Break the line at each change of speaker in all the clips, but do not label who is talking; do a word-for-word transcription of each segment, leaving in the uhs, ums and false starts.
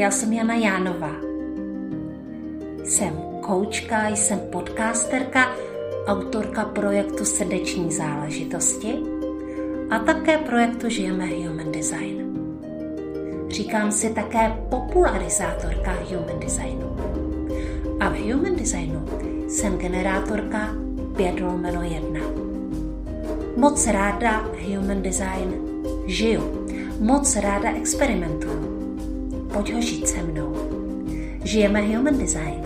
Já jsem Jana Jánová. Jsem koučka, jsem podcasterka, autorka projektu Srdeční záležitosti a také projektu Žijeme Human Design. Říkám si také popularizátorka Human Designu. A v Human Designu jsem generátorka pět lomeno jedna. Moc ráda Human Design žiju. Moc ráda experimentuju. Pojď ho žít se mnou. Žijeme Human Design.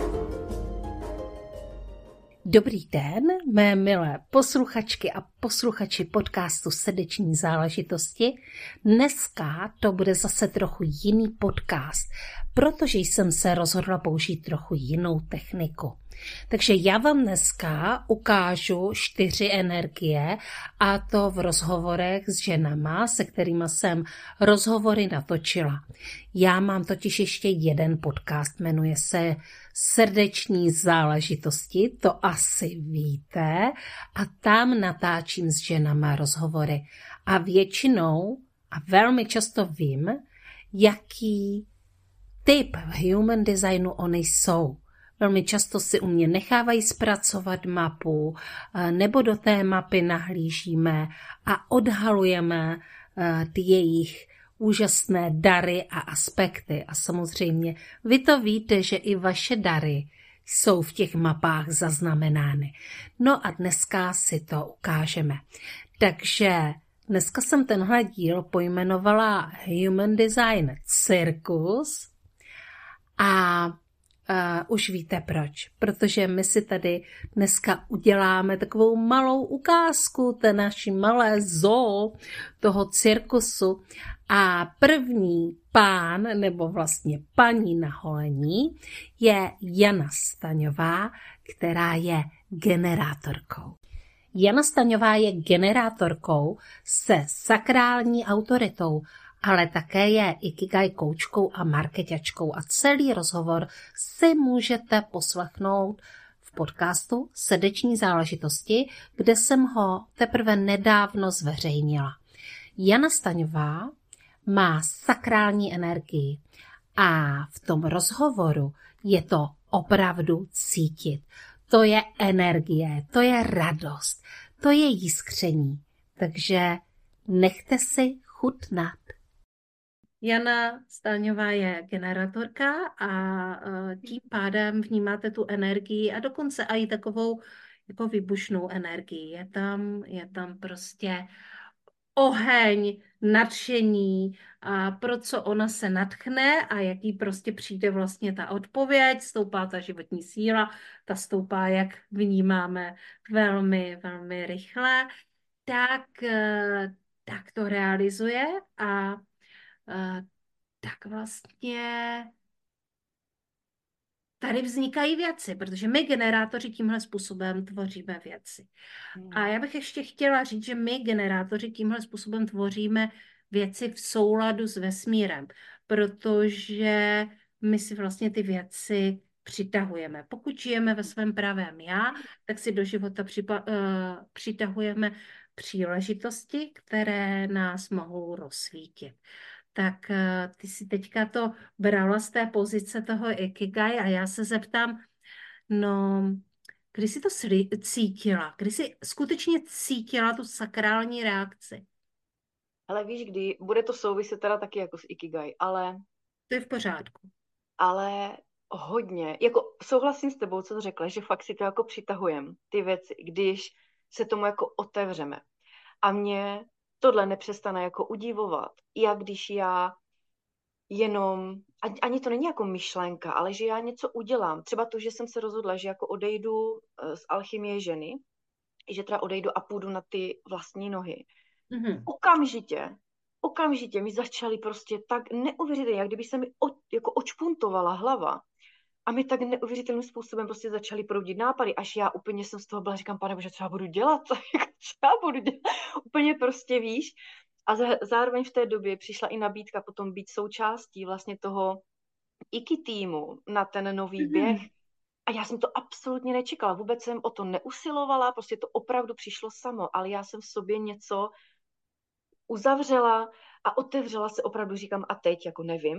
Dobrý den, mé milé posluchačky a posluchači podcastu Srdeční záležitosti. Dneska to bude zase trochu jiný podcast, protože jsem se rozhodla použít trochu jinou techniku. Takže já vám dneska ukážu čtyři energie, a to v rozhovorech s ženama, se kterými jsem rozhovory natočila. Já mám totiž ještě jeden podcast, jmenuje se Srdeční záležitosti, to asi víte, a tam natáčím s ženama rozhovory. A většinou a velmi často vím, jaký typ Human Designu oni jsou. Velmi často si u mě nechávají zpracovat mapu, nebo do té mapy nahlížíme a odhalujeme ty jejich úžasné dary a aspekty. A samozřejmě vy to víte, že i vaše dary jsou v těch mapách zaznamenány. No a dneska si to ukážeme. Takže dneska jsem tenhle díl pojmenovala Human Design Cirkus a Uh, už víte proč, protože my si tady dneska uděláme takovou malou ukázku té naší malé zoo toho cirkusu a první pán, nebo vlastně paní na holení je Jana Staňová, která je generátorkou. Jana Staňová je generátorkou se sakrální autoritou, ale také je ikigai koučkou a marketačkou a celý rozhovor si můžete poslechnout v podcastu Srdeční záležitosti, kde jsem ho teprve nedávno zveřejnila. Jana Staňová má sakrální energii a v tom rozhovoru je to opravdu cítit. To je energie, to je radost, to je jiskření, takže nechte si chutnat. Jana Staňová je generátorka a tím pádem vnímáte tu energii a dokonce i takovou jako výbušnou energii. Je tam, je tam prostě oheň, nadšení, a pro co ona se nadchne a jaký prostě přijde vlastně ta odpověď, stoupá ta životní síla, ta stoupá, jak vnímáme, velmi, velmi rychle, tak, tak to realizuje a Uh, tak vlastně tady vznikají věci, protože my generátoři tímhle způsobem tvoříme věci. Hmm. A já bych ještě chtěla říct, že my generátoři tímhle způsobem tvoříme věci v souladu s vesmírem, protože my si vlastně ty věci přitahujeme. Pokud žijeme ve svém pravém já, tak si do života připa- uh, přitahujeme příležitosti, které nás mohou rozsvítit. Tak ty si teďka to brala z té pozice toho ikigai a já se zeptám, no, kdy jsi to cítila? Kdy jsi skutečně cítila tu sakrální reakci?
Ale víš, kdy, bude to souviset teda taky jako s ikigai, ale...
To je v pořádku.
Ale hodně, jako souhlasím s tebou, co jsi řekla, že fakt si to jako přitahujem, ty věci, když se tomu jako otevřeme. A mě tohle nepřestane jako udivovat, jak když já jenom, ani to není jako myšlenka, ale že já něco udělám. Třeba to, že jsem se rozhodla, že jako odejdu z alchymie ženy, že teda odejdu a půjdu na ty vlastní nohy. Mm-hmm. Okamžitě, okamžitě mi začaly prostě tak neuvěřitelně, jak kdyby se mi o, jako očpuntovala hlava. A mi tak neuvěřitelným způsobem prostě začaly proudit nápady, až já úplně jsem z toho byla, říkám, pane bože, co já budu dělat? Co já budu dělat? Úplně prostě víš. A zároveň v té době přišla i nabídka potom být součástí vlastně toho Iki týmu na ten nový běh. Mm. A já jsem to absolutně nečekala. Vůbec jsem o to neusilovala, prostě to opravdu přišlo samo, ale já jsem v sobě něco uzavřela a otevřela se, opravdu říkám, a teď jako nevím,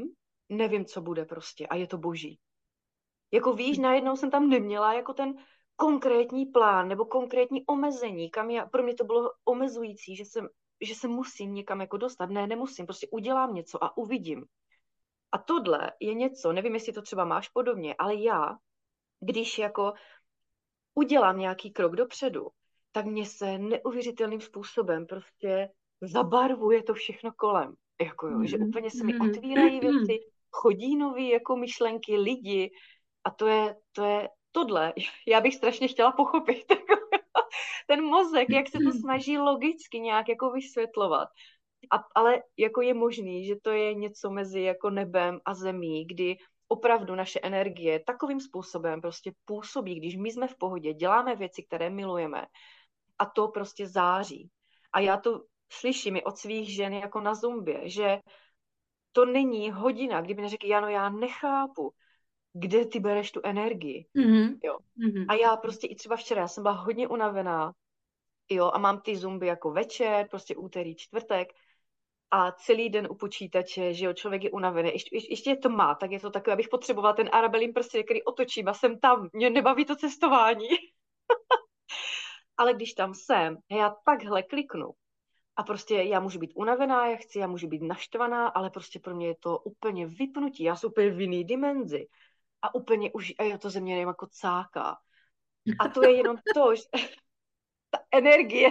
nevím, co bude prostě a je to boží. Jako víš, najednou jsem tam neměla jako ten konkrétní plán nebo konkrétní omezení, kam já, pro mě to bylo omezující, že jsem, že se musím někam jako dostat. Ne, nemusím, prostě udělám něco a uvidím. A tohle je něco, nevím, jestli to třeba máš podobně, ale já, když jako udělám nějaký krok dopředu, tak mě se neuvěřitelným způsobem prostě zabarvuje to všechno kolem. Jako jo, že úplně se mi otvírají věci, chodí nový jako myšlenky, lidi a to je, to je tohle. Já bych strašně chtěla pochopit ten mozek, jak se to snaží logicky nějak jako vysvětlovat. A, ale jako je možný, že to je něco mezi jako nebem a zemí, kdy opravdu naše energie takovým způsobem prostě působí, když my jsme v pohodě, děláme věci, které milujeme a to prostě září. A já to slyším i od svých žen jako na zumbě, že to není hodina, kdyby neřekli, Jano, já nechápu, kde ty bereš tu energii.
Mm-hmm.
Jo.
Mm-hmm.
A já prostě i třeba včera, já jsem byla hodně unavená, jo, a mám ty zumby jako večer, prostě úterý, čtvrtek, a celý den u počítače, že jo, člověk je unavený. Ještě, ještě to má, tak je to takové, abych potřebovala ten Arabelin prostě, který otočím a jsem tam. Mě nebaví to cestování. Ale když tam jsem, já takhle kliknu a prostě já můžu být unavená, já chci, já můžu být naštvaná, ale prostě pro mě je to úplně vypnutí. Já jsem úplně v jiný dimenzi. A úplně už, a jo, to ze mě nevím, jako cáká. A to je jenom to, že ta energie.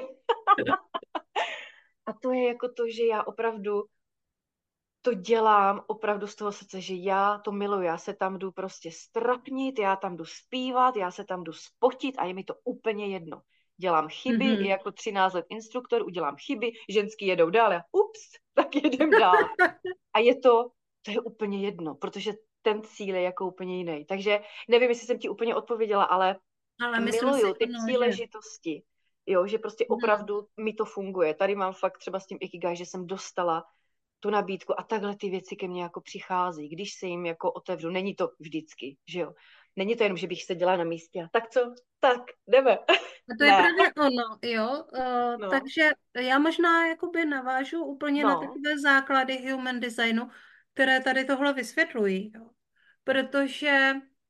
A to je jako to, že já opravdu to dělám opravdu z toho srdce, že já to miluji, já se tam jdu prostě strapnit, já tam jdu zpívat, já se tam jdu spotit a je mi to úplně jedno. Dělám chyby, mm-hmm. i jako třináct let instruktor, udělám chyby, ženský jedou dál, já ups, tak jedem dál. A je to, to je úplně jedno, protože ten cíl je jako úplně jiný. Takže nevím, jestli jsem ti úplně odpověděla, ale, ale miluju si, ty no, příležitosti. Že... Jo, že prostě opravdu hmm. mi to funguje. Tady mám fakt třeba s tím Ikigai, že jsem dostala tu nabídku a takhle ty věci ke mně jako přichází, když se jim jako otevřu. Není to vždycky, že jo. Není to jenom, že bych seděla na místě a tak co? Tak, jdeme.
A to je právě ono, jo. Uh,
no.
Takže já možná jakoby navážu úplně
no.
na takové základy human designu, které tady tohle vysvětlují, jo. Protože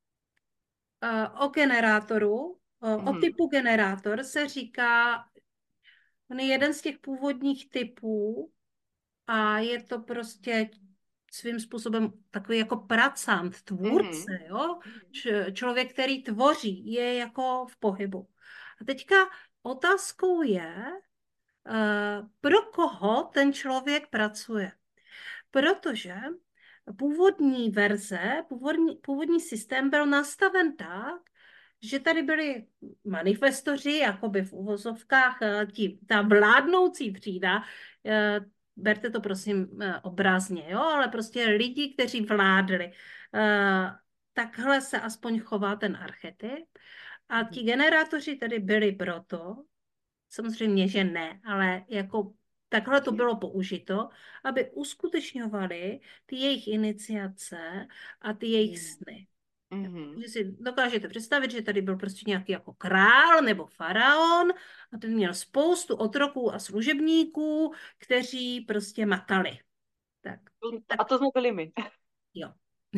uh, o generátoru, uh, mm-hmm. o typu generátor se říká, on je jeden z těch původních typů a je to prostě svým způsobem takový jako pracant, tvůrce, mm-hmm. jo? Č- člověk, který tvoří, je jako v pohybu. A teďka otázkou je, uh, pro koho ten člověk pracuje. Protože původní verze, původní, původní systém byl nastaven tak, že tady byli manifestoři, jakoby v uvozovkách, tí, ta vládnoucí třída, berte to prosím obrazně, jo, ale prostě lidi, kteří vládli. Takhle se aspoň chová ten archetyp. A ti generátoři tady byli proto, samozřejmě, že ne, ale jako takhle to bylo použito, aby uskutečňovali ty jejich iniciace a ty jejich sny. Mm-hmm. Že si dokážete představit, že tady byl prostě nějaký jako král nebo faraon a ten měl spoustu otroků a služebníků, kteří prostě makali. Tak.
A to jsme byli my.
Jo.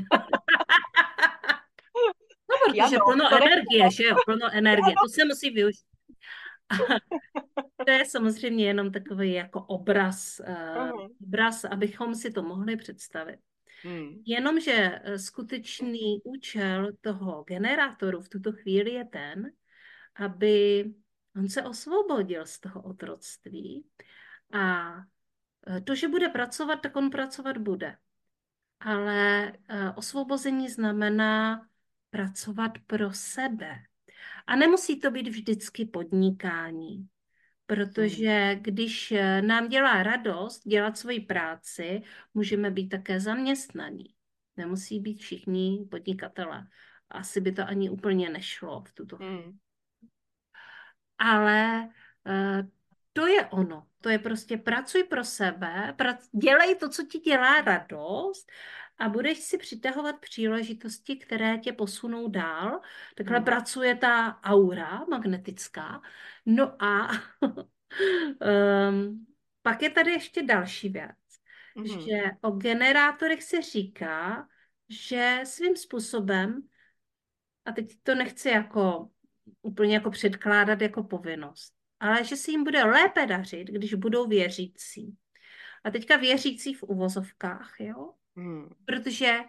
No, protože plno energie, že jo, plno energie, to se musí využít. To je samozřejmě jenom takový jako obraz, uh, obraz, abychom si to mohli představit. Hmm. Jenomže skutečný účel toho generátoru v tuto chvíli je ten, aby on se osvobodil z toho otroctví a to, že bude pracovat, tak on pracovat bude. Ale uh, osvobození znamená pracovat pro sebe. A nemusí to být vždycky podnikání. Protože když nám dělá radost dělat svoji práci, můžeme být také zaměstnaní. Nemusí být všichni podnikatelé. Asi by to ani úplně nešlo v tuto chvíli. Hmm. Ale uh, to je ono. To je prostě pracuj pro sebe, prac, dělej to, co ti dělá radost a budeš si přitahovat příležitosti, které tě posunou dál. Takhle hmm. pracuje ta aura magnetická. No a Um, pak je tady ještě další věc,
Mhm.
že o generátorech se říká, že svým způsobem, a teď to nechci jako úplně jako předkládat jako povinnost, ale že se jim bude lépe dařit, když budou věřící. A teďka věřící v uvozovkách, jo?
Mhm.
Protože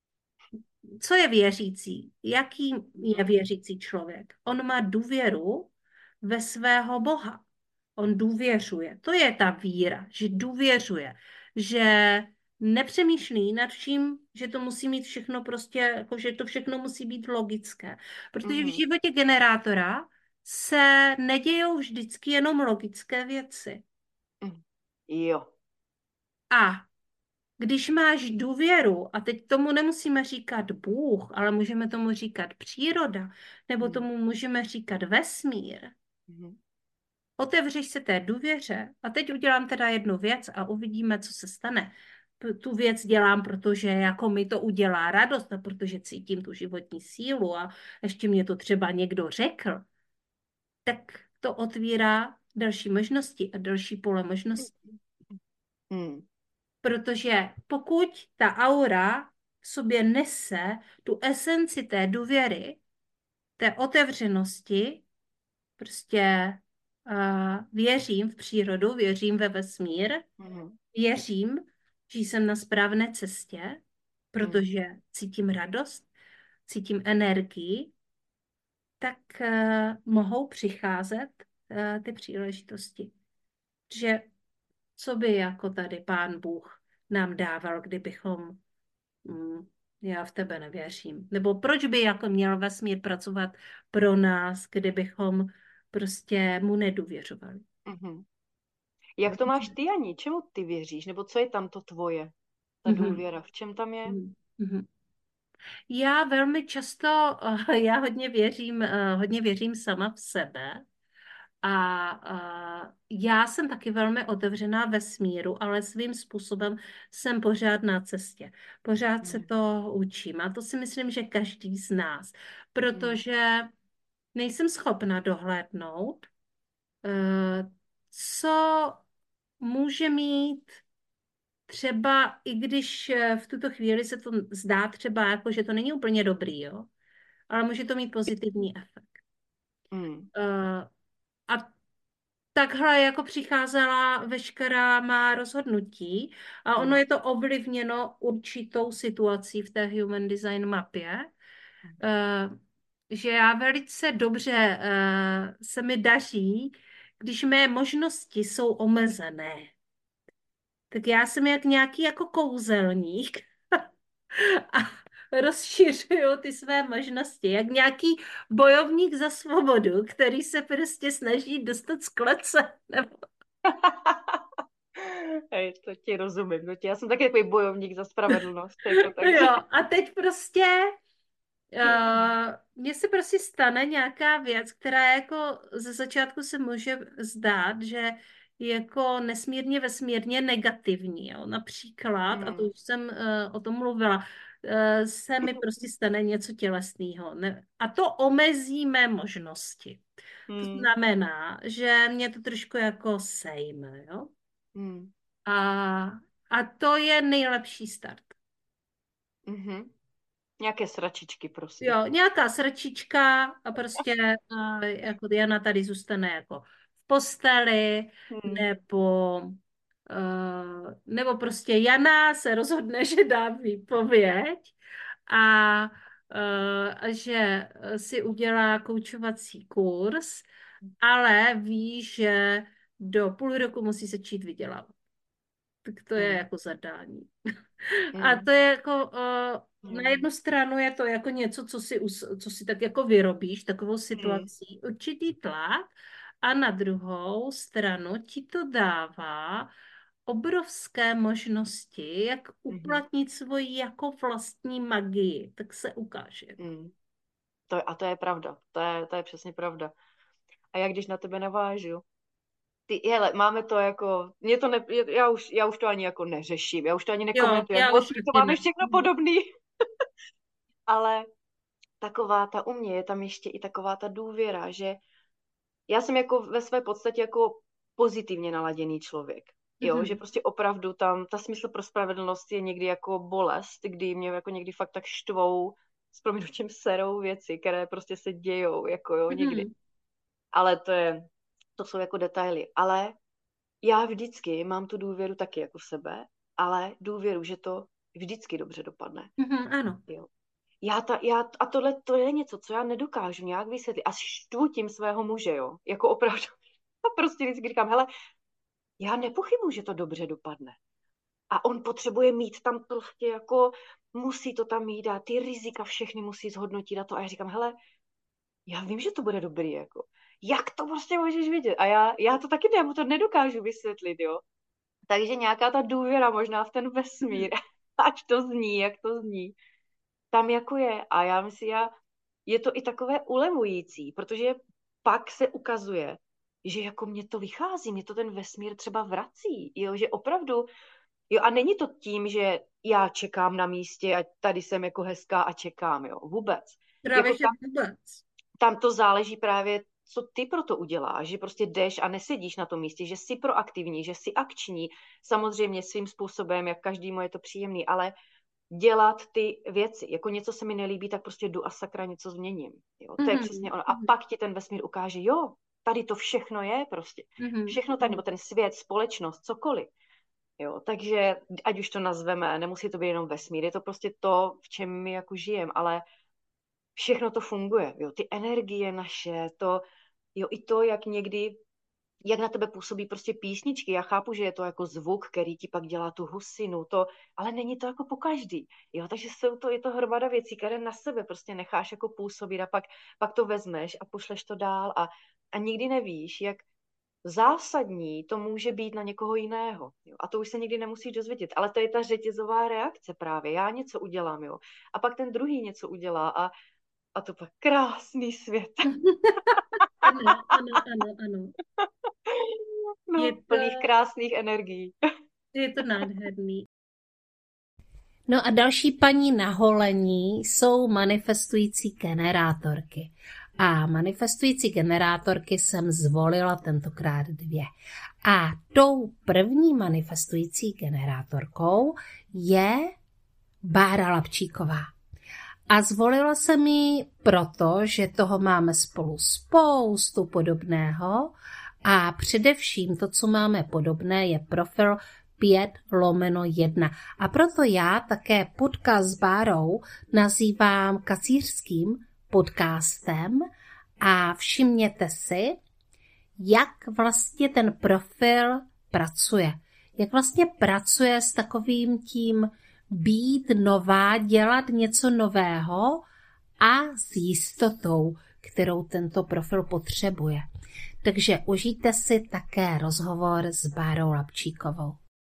co je věřící? Jaký je
Mhm.
věřící člověk? On má důvěru ve svého Boha. On důvěřuje. To je ta víra, že důvěřuje, že nepřemýšlí nad vším, že to musí mít všechno prostě, jako že to všechno musí být logické. Protože v
Mhm.
životě generátora se nedějou vždycky jenom logické věci.
Mhm. Jo.
A když máš důvěru, a teď tomu nemusíme říkat Bůh, ale můžeme tomu říkat příroda, nebo
Mhm.
tomu můžeme říkat vesmír,
Mhm.
otevřeš se té důvěře a teď udělám teda jednu věc a uvidíme, co se stane. P- Tu věc dělám, protože jako mi to udělá radost a protože cítím tu životní sílu a ještě mě to třeba někdo řekl, tak to otvírá další možnosti a další pole možností.
Mhm.
Protože pokud ta aura v sobě nese tu esenci té důvěry, té otevřenosti, prostě uh, věřím v přírodu, věřím ve vesmír,
Mhm.
věřím, že jsem na správné cestě,
Mhm.
protože cítím radost, cítím energii, tak uh, mohou přicházet uh, ty příležitosti. Že co by jako tady Pán Bůh nám dával, kdybychom mm, já v tebe nevěřím. Nebo proč by jako měl vesmír pracovat pro nás, kdybychom prostě mu nedůvěřovali.
Mhm. Jak to máš ty, Ani? Čemu ty věříš? Nebo co je tam to tvoje? Ta
Mhm.
důvěra. V čem tam je?
Mhm. Mhm. Já velmi často, eh, já hodně věřím, eh, hodně věřím sama v sebe a eh, já jsem taky velmi otevřená vesmíru, ale svým způsobem jsem pořád na cestě. Pořád se
Mhm.
to učím a to si myslím, že každý z nás,
Mhm.
protože nejsem schopna dohlédnout, eh, co může mít třeba, i když eh, v tuto chvíli se to zdá třeba jako, že to není úplně dobrý, jo, ale může to mít pozitivní efekt.
Mhm.
Eh, A takhle jako přicházela veškerá má rozhodnutí a ono
Mhm.
je to ovlivněno určitou situací v té Human Design mapě, eh, že já velice dobře eh, se mi daří, když mé možnosti jsou omezené. Tak já jsem jak nějaký jako kouzelník a rozšiřuju ty své možnosti, jak nějaký bojovník za svobodu, který se prostě snaží dostat z klece. Nebo...
Hej, to ti rozumím. To ti, já jsem taky takový bojovník za spravedlnost. Jako, takže.
Jo, a teď prostě uh, mně se prostě stane nějaká věc, která jako ze začátku se může zdát, že je jako nesmírně vesmírně negativní. Jo. Například, a to
Mhm.
už jsem uh, o tom mluvila, uh, se mi prostě stane něco tělesného. Ne, a to omezí mé možnosti. To
Mhm.
znamená, že mě to trošku jako sejme. Jo.
Mhm.
A, a to je nejlepší start.
Mhm. Nějaké sračičky prostě.
Jo, nějaká srdčička a prostě uh, jako Jana tady zůstane jako v posteli,
Mhm.
nebo, uh, nebo prostě Jana se rozhodne, že dá výpověď a uh, že si udělá koučovací kurz, ale ví, že do půl roku musí začít vydělávat. Tak to je
Mhm.
jako zadání. A
Mhm.
to je jako, uh, na
Mhm.
jednu stranu je to jako něco, co si, us- co si tak jako vyrobíš, takovou
Mhm.
situací, určitý tlak, a na druhou stranu ti to dává obrovské možnosti, jak
Mhm.
uplatnit svoji jako vlastní magii. Tak se ukáže.
Mhm. To, a to je pravda. To je, to je přesně pravda. A jak když na tebe navážu, ty, hele, máme to jako, mě to ne, já už, já už to ani jako neřeším, já už to ani
Jo,
nekomentuji, jak
já
moc
už
my to
taky
máme
ne.
všechno podobný, ale taková ta u mě je tam ještě i taková ta důvěra, že já jsem jako ve své podstatě jako pozitivně naladěný člověk. Jo,
Mm-hmm.
že prostě opravdu tam ta smysl pro spravedlnost je někdy jako bolest, kdy mě jako někdy fakt tak štvou s prominutím serou věci, které prostě se dějou, jako jo, někdy.
Mm-hmm.
Ale to je, to jsou jako detaily. Ale já vždycky mám tu důvěru taky jako v sebe, ale důvěru, že to vždycky dobře dopadne.
Mm-hmm, ano.
Jo. Já ta, já, a tohle to je něco, co já nedokážu nějak vysvětlit. A štvu tím svého muže, jo. Jako opravdu. A prostě vždycky říkám, hele, já nepochybuju, že to dobře dopadne. A on potřebuje mít tam prostě jako, musí to tam mít a ty rizika všechny musí zhodnotit a to. A já říkám, hele, já vím, že to bude dobrý, jako. Jak to prostě můžeš vidět? A já, já to taky ne, to nedokážu vysvětlit, jo. Takže nějaká ta důvěra možná v ten vesmír, ať to zní, jak to zní, tam jako je. A já myslím, já, je to i takové ulevující, protože pak se ukazuje, že jako mě to vychází, mě to ten vesmír třeba vrací, jo, že opravdu, jo, a není to tím, že já čekám na místě a tady jsem jako hezká a čekám, jo, vůbec.
Právě,
jako
že
tam,
vůbec.
tam to záleží právě, co ty pro to uděláš, že prostě jdeš a nesedíš na tom místě, že jsi proaktivní, že jsi akční, samozřejmě svým způsobem, jak každému je to příjemný, ale dělat ty věci. Jako něco se mi nelíbí, tak prostě jdu a sakra něco změním. Jo? To je
Mm-hmm.
přesně ono. A pak ti ten vesmír ukáže, jo, tady to všechno je prostě.
Mm-hmm.
Všechno tady, nebo ten svět, společnost, cokoliv. Jo? Takže ať už to nazveme, nemusí to být jenom vesmír, je to prostě to, v čem my jako žijeme, ale všechno to funguje. Jo? Ty energie naše, to, jo, i to, jak někdy jak na tebe působí prostě písničky. Já chápu, že je to jako zvuk, který ti pak dělá tu husinu, to, ale není to jako po každý. Jo, takže jsou to, je to hromada věcí, které na sebe prostě necháš jako působit a pak, pak to vezmeš a pošleš to dál a, a nikdy nevíš, jak zásadní to může být na někoho jiného. Jo? A to už se nikdy nemusíš dozvědět. Ale to je ta řetězová reakce právě. Já něco udělám, jo. A pak ten druhý něco udělá a, a to pak krásný svět.
Ano, ano, ano, ano.
No,
Je to,
plných krásných energií.
je to nádherný. No a další paní na holení jsou manifestující generátorky. A manifestující generátorky jsem zvolila tentokrát dvě. A tou první manifestující generátorkou je Bára Lapčíková. A zvolila jsem ji proto, že toho máme spolu spoustu podobného a především to, co máme podobné, je profil pět lomeno jedna. A proto já také podcast s Bárou nazývám kacířským podcastem a všimněte si, jak vlastně ten profil pracuje. Jak vlastně pracuje s takovým tím být nová, dělat něco nového a s jistotou, kterou tento profil potřebuje. Takže užijte si také rozhovor s Bárou Lapčíkovou.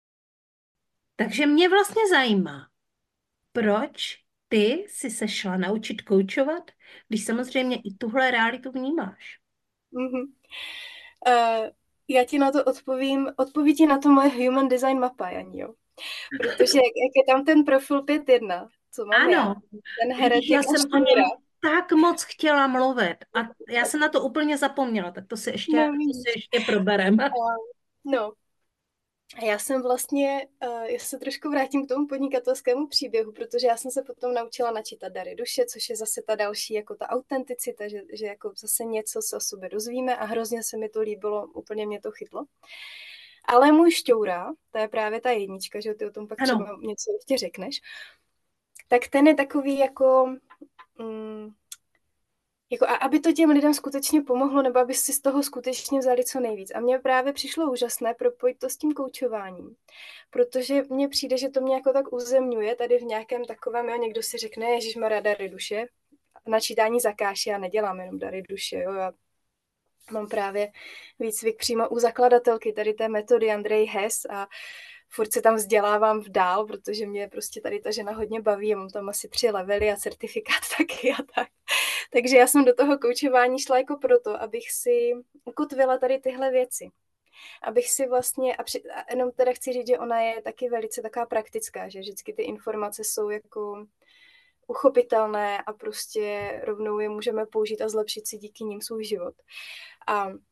Takže mě vlastně zajímá, proč ty jsi se šla naučit koučovat, když samozřejmě i tuhle realitu vnímáš.
Mm-hmm. Uh, já ti na to odpovím, odpoví ti na to moje Human Design mapa, Janí, jo. Protože jak, jak je tam ten profil pět jedna, co mám
ano,
já, ten heretik
já jsem o něm tak moc chtěla mluvit a já jsem na to úplně zapomněla, tak to si ještě,
no,
to si ještě probereme.
No, a já jsem vlastně, uh, já se trošku vrátím k tomu podnikatelskému příběhu, protože já jsem se potom naučila načítat dary duše, což je zase ta další, jako ta autenticita, že, že jako zase něco se o sobě dozvíme a hrozně se mi to líbilo, úplně mě to chytlo. Ale můj šťoura, to je právě ta jednička, že ty o tom pak ano. třeba něco ještě řekneš, tak ten je takový jako... Mm, Jako, a aby to těm lidem skutečně pomohlo, nebo aby si z toho skutečně vzali co nejvíc. A mně právě přišlo úžasné propojit to s tím koučováním, protože mně přijde, že to mě jako tak uzemňuje tady v nějakém takovém, jo, někdo si řekne, ježišmarja, dary duše, načítání zakáže, já nedělám jenom dary duše, jo, já mám právě výcvik přímo u zakladatelky tady té metody Andrej Hess a furt se tam vzdělávám v dál, protože mě prostě tady ta žena hodně baví, já mám tam asi tři levely a certifikát taky a tak. Takže já jsem do toho koučování šla jako proto, abych si ukotvila tady tyhle věci. Abych si vlastně, a, při, a jenom teda chci říct, že ona je taky velice taková praktická, že vždycky ty informace jsou jako uchopitelné a prostě rovnou je můžeme použít a zlepšit si díky nim svůj život. A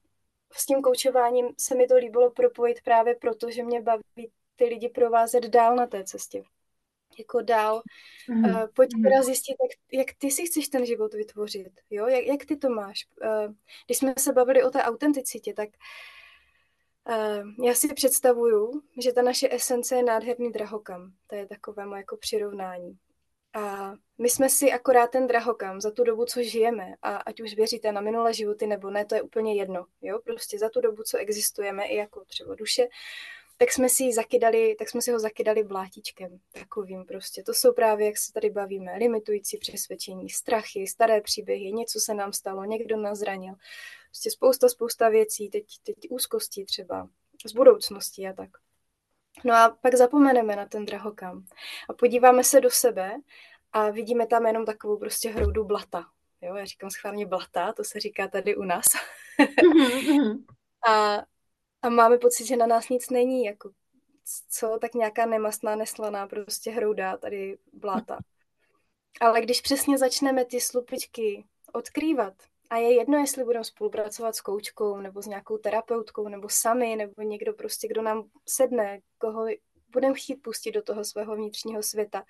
s tím koučováním se mi to líbilo propojit právě proto, že mě baví ty lidi provázet dál na té cestě. Jako dál.
Mhm.
Uh, pojď
Mhm.
teda zjistit, jak, jak ty si chceš ten život vytvořit, jo? Jak, jak ty to máš. Uh, když jsme se bavili o té autenticitě, tak uh, já si představuju, že ta naše esence je nádherný drahokam. To je takové moje jako přirovnání. A my jsme si akorát ten drahokam za tu dobu, co žijeme, a ať už věříte na minulé životy nebo ne, to je úplně jedno. Jo? Prostě za tu dobu, co existujeme, i jako třeba duše, tak jsme si zakydali, tak jsme si ho zakydali blátičkem takovým prostě. To jsou právě, jak se tady bavíme, limitující přesvědčení, strachy, staré příběhy, něco se nám stalo, někdo nás zranil. Prostě spousta, spousta věcí, teď, teď úzkosti třeba z budoucnosti a tak. No a pak zapomeneme na ten drahokam a podíváme se do sebe a vidíme tam jenom takovou prostě hroudu blata. Jo, já říkám schválně blata, to se říká tady u nás.
Mhm.
a, a máme pocit, že na nás nic není, jako co, tak nějaká nemastná, neslaná prostě hrouda tady bláta. Ale když přesně začneme ty slupičky odkrývat, a je jedno, jestli budeme spolupracovat s koučkou, nebo s nějakou terapeutkou, nebo sami, nebo někdo prostě, kdo nám sedne, koho budeme chtít pustit do toho svého vnitřního světa.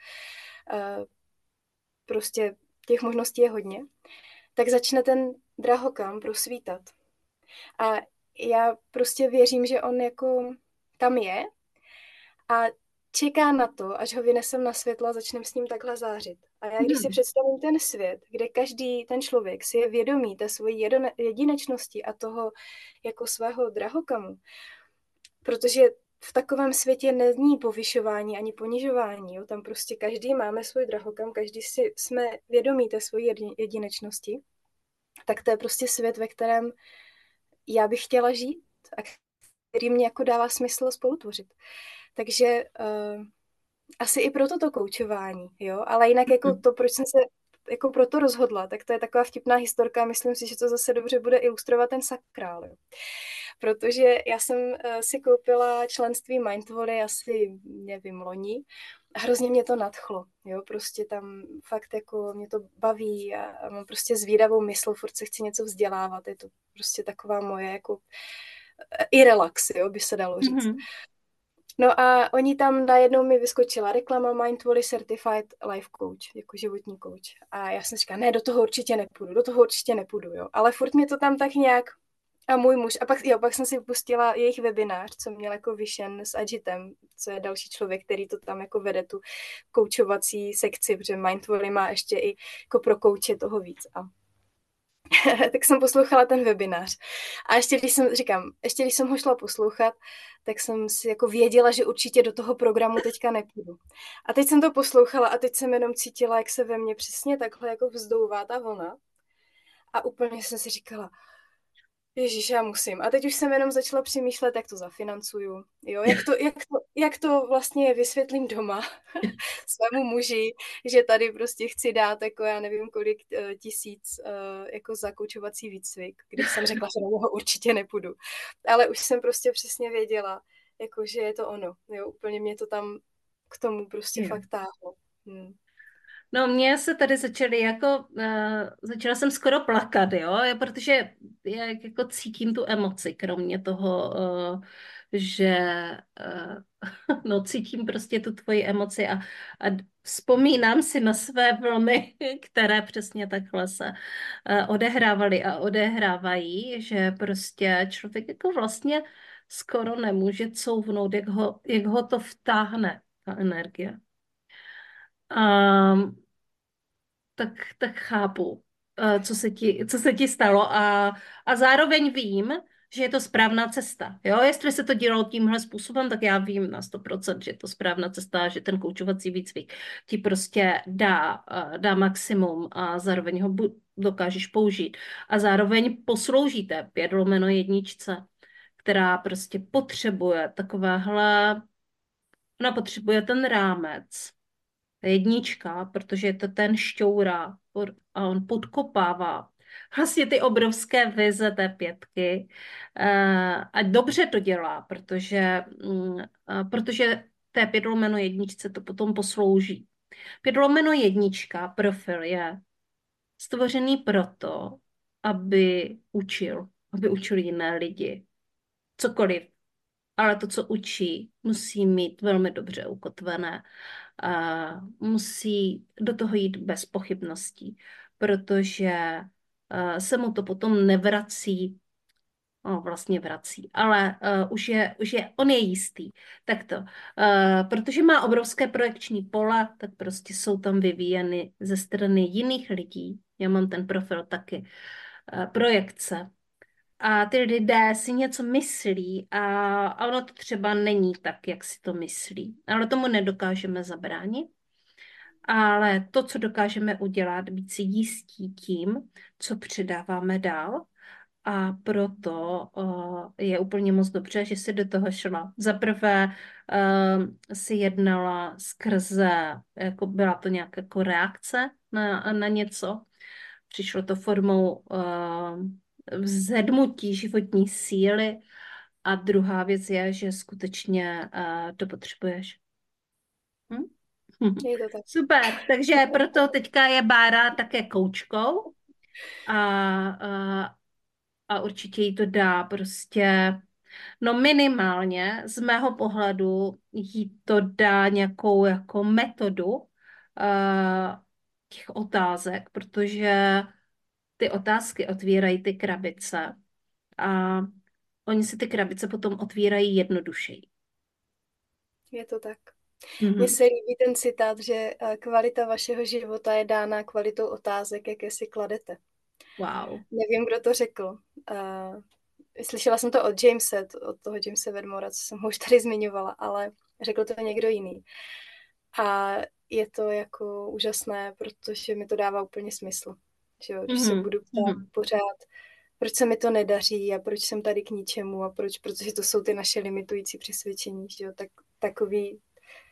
Prostě těch možností je hodně. Tak začne ten drahokam prosvítat. A já prostě věřím, že on jako tam je a čeká na to, až ho vynesem na světlo a začneme s ním takhle zářit. A já když si představím ten svět, kde každý ten člověk si je vědomý té svojí jedinečnosti a toho jako svého drahokamu, protože v takovém světě není povyšování ani ponižování. Jo? Tam prostě každý máme svůj drahokam, každý si jsme vědomí té svojí jedinečnosti, tak to je prostě svět, ve kterém já bych chtěla žít a který mě jako dává smysl spolutvořit. Takže uh, asi i proto to koučování, jo, ale jinak jako to, proč jsem se jako proto rozhodla, tak to je taková vtipná historka, myslím si, že to zase dobře bude ilustrovat ten sakrál, jo. Protože já jsem uh, si koupila členství Mindvalley asi, nevím, loni, a hrozně mě to nadchlo, jo, prostě tam fakt jako mě to baví a, a mám prostě zvídavou mysl, furt se chci něco vzdělávat, je to prostě taková moje jako i relax, jo, by se dalo říct. Mm-hmm. No a oni tam najednou mi vyskočila reklama Mindvalley Certified Life Coach, jako životní coach. A já jsem říkala, ne, do toho určitě nepůjdu, do toho určitě nepůjdu, jo. Ale furt mě to tam tak nějak, a můj muž, a pak, jo, pak jsem si pustila jejich webinář, co měl jako Vishen s Ajitem, co je další člověk, který to tam jako vede, tu koučovací sekci, protože Mindvalley má ještě i jako pro kouče toho víc. A tak jsem poslouchala ten webinář. A ještě když jsem, říkám, ještě když jsem ho šla poslouchat, tak jsem si jako věděla, že určitě do toho programu teďka nepůjdu. A teď jsem to poslouchala a teď jsem jenom cítila, jak se ve mně přesně takhle jako vzdouvá ta vlna. A úplně jsem si říkala, Ježíš, já musím. A teď už jsem jenom začala přemýšlet, jak to zafinancuju. Jo, jak to, jak to, jak to vlastně vysvětlím doma svému muži, že tady prostě chci dát jako já nevím kolik uh, tisíc uh, jako za koučovací výcvik, když jsem řekla, že na něho určitě nepůjdu. Ale už jsem prostě přesně věděla, jako, že je to ono. Jo, úplně mě to tam k tomu prostě yeah. fakt táhlo. Hmm.
No, mě se tady začaly jako, uh, začala jsem skoro plakat, jo, protože já jako cítím tu emoci, kromě toho, uh, že uh, no, cítím prostě tu tvoji emoci a, a vzpomínám si na své vlny, které přesně takhle se uh, odehrávaly a odehrávají, že prostě člověk jako vlastně skoro nemůže couvnout, jak ho, jak ho to vtáhne, ta energie. Um, tak, tak chápu, co se ti, co se ti stalo a, a zároveň vím, že je to správná cesta. Jo? Jestli se to dělalo tímhle způsobem, tak já vím na sto procent, že je to správná cesta, že ten koučovací výcvik ti prostě dá, dá maximum a zároveň ho dokážeš použít. A zároveň posloužíte pět lomeno jedničce, která prostě potřebuje takovéhle, ona potřebuje ten rámec, jednička, protože je to ten šťoura a on podkopává vlastně ty obrovské vize té pětky a dobře to dělá, protože, protože té pět lomeno jedničce to potom poslouží. Pět lomeno jednička profil je stvořený proto, aby učil, aby učili jiné lidi. Cokoliv. Ale to, co učí, musí mít velmi dobře ukotvené. A musí do toho jít bez pochybností, protože eh, se mu to potom nevrací, no, vlastně vrací, ale uh, už je, už je, on je jistý. Tak to, uh, protože má obrovské projekční pole, tak prostě jsou tam vyvíjeny ze strany jiných lidí. Já mám ten profil taky, uh, projekce. A ty lidé si něco myslí a, a ono to třeba není tak, jak si to myslí. Ale tomu nedokážeme zabránit. Ale to, co dokážeme udělat, být si jistí tím, co předáváme dál. A proto uh, je úplně moc dobře, že jsi do toho šla. Za prvé uh, si jednala skrze, jako byla to nějaká jako reakce na, na něco. Přišlo to formou uh, vzedmutí životní síly. A druhá věc je, že skutečně uh, to potřebuješ. Hm?
Je to tak.
Super, takže proto teďka je Bára také koučkou a, a, a určitě jí to dá prostě, no minimálně z mého pohledu jí to dá nějakou jako metodu uh, těch otázek, protože ty otázky otvírají ty krabice a oni si ty krabice potom otvírají jednodušeji.
Je to tak.
Mm-hmm.
Mně se líbí ten citát, že kvalita vašeho života je dána kvalitou otázek, jaké si kladete.
Wow.
Nevím, kdo to řekl. Uh, slyšela jsem to od Jamese, od toho Jamese Wedmora, co jsem ho už tady zmiňovala, ale řekl to někdo jiný. A je to jako úžasné, protože mi to dává úplně smysl. Že jo? Když mm-hmm. se budu ptát mm-hmm. pořád, proč se mi to nedaří a proč jsem tady k ničemu a proč, protože to jsou ty naše limitující přesvědčení, že jo? Tak, takový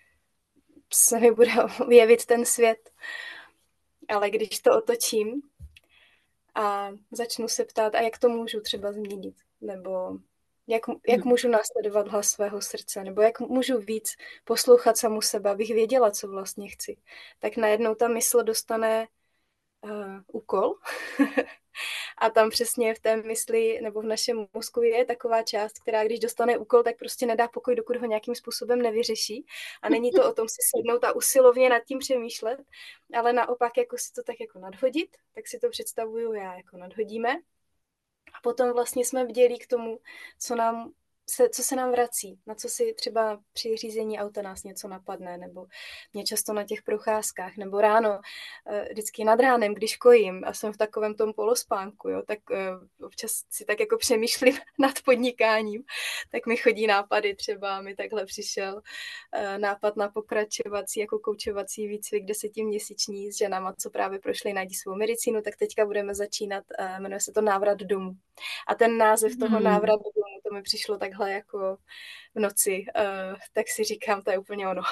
se mi bude jevit ten svět. Ale když to otočím a začnu se ptát, a jak to můžu třeba změnit, nebo jak, jak můžu následovat hlas svého srdce, nebo jak můžu víc poslouchat samu sebe, abych věděla, co vlastně chci, tak najednou ta mysl dostane uh, úkol a tam přesně v té mysli nebo v našem mozku je taková část, která když dostane úkol, tak prostě nedá pokoj, dokud ho nějakým způsobem nevyřeší. A není to o tom si sednout a usilovně nad tím přemýšlet, ale naopak jako si to tak jako nadhodit, tak si to představuju já, jako nadhodíme. A potom vlastně jsme bdělí k tomu, co nám se, co se nám vrací, na co si třeba při řízení auta nás něco napadne, nebo mě často na těch procházkách, nebo ráno, vždycky nad ránem, když kojím a jsem v takovém tom polospánku, jo, tak občas si tak jako přemýšlím nad podnikáním, tak mi chodí nápady, třeba mi takhle přišel nápad na pokračovací, jako koučovací výcvik desetiměsíční s ženama, co právě prošli najdi svou medicínu, tak teďka budeme začínat, jmenuje se to Návrat domů. A ten název toho hmm. Návrat domů, to mi přišlo takhle jako v noci, uh, tak si říkám, to je úplně ono.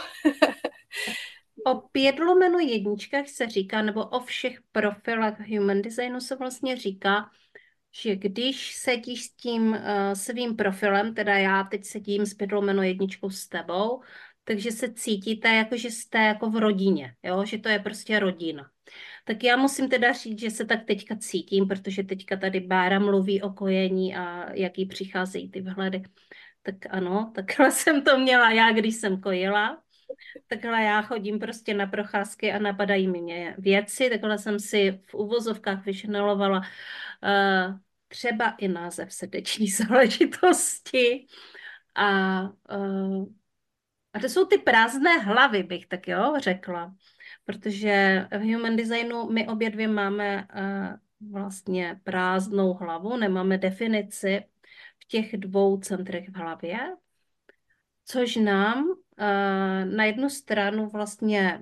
O pět lomeno jedničkách se říká, nebo o všech profilech Human Designu se vlastně říká, že když sedíš s tím uh, svým profilem, teda já teď sedím s pět lomeno jedničkou s tebou, takže se cítíte, jako že jste jako v rodině, jo? Že to je prostě rodina. Tak já musím teda říct, že se tak teďka cítím, protože teďka tady Bára mluví o kojení a jaký přicházejí ty vhledy. Tak ano, takhle jsem to měla já, když jsem kojila. Takhle já chodím prostě na procházky a napadají mě věci. Takhle jsem si v uvozovkách vyšnelovala uh, třeba i název srdeční záležitosti. A, uh, a to jsou ty prázdné hlavy, bych tak jo řekla. Protože v Human Designu my obě dvě máme uh, vlastně prázdnou hlavu, nemáme definici v těch dvou centrech v hlavě, což nám uh, na jednu stranu vlastně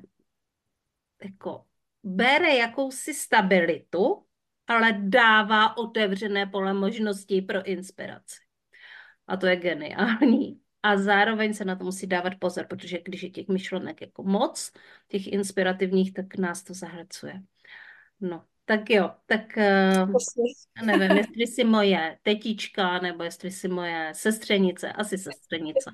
jako bere jakousi stabilitu, ale dává otevřené pole možností pro inspiraci. A to je geniální. A zároveň se na to musí dávat pozor, protože když je těch myšlenek jako moc, těch inspirativních, tak nás to zahlcuje. No, tak jo, tak uh, nevím, jestli jsi moje tetička, nebo jestli jsi moje sestřenice, asi sestřenice.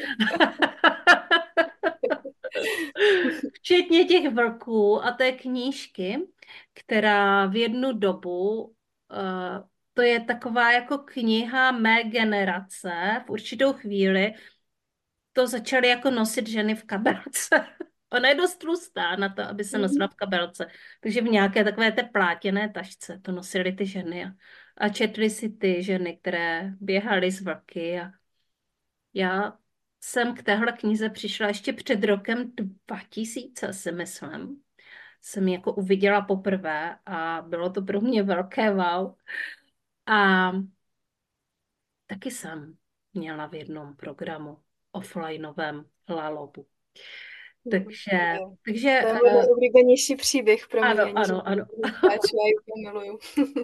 Včetně těch vlků a té knížky, která v jednu dobu uh, to je taková jako kniha mé generace. V určitou chvíli to začaly jako nosit ženy v kabelce. Ona je dost tlustá na to, aby se nosila v kabelce. Takže v nějaké takové té plátěné tašce to nosily ty ženy. A, a četly si ty ženy, které běhaly z vlky. A já jsem k téhle knize přišla ještě před rokem dva tisíce, si myslím. Jsem ji jako uviděla poprvé a bylo to pro mě velké wow. A taky jsem měla v jednom programu offlineovém Lalobu. Takže, takže
To je můj nejoblíbenější příběh pro mě.
ano, ano, ano.
Já ji miluju.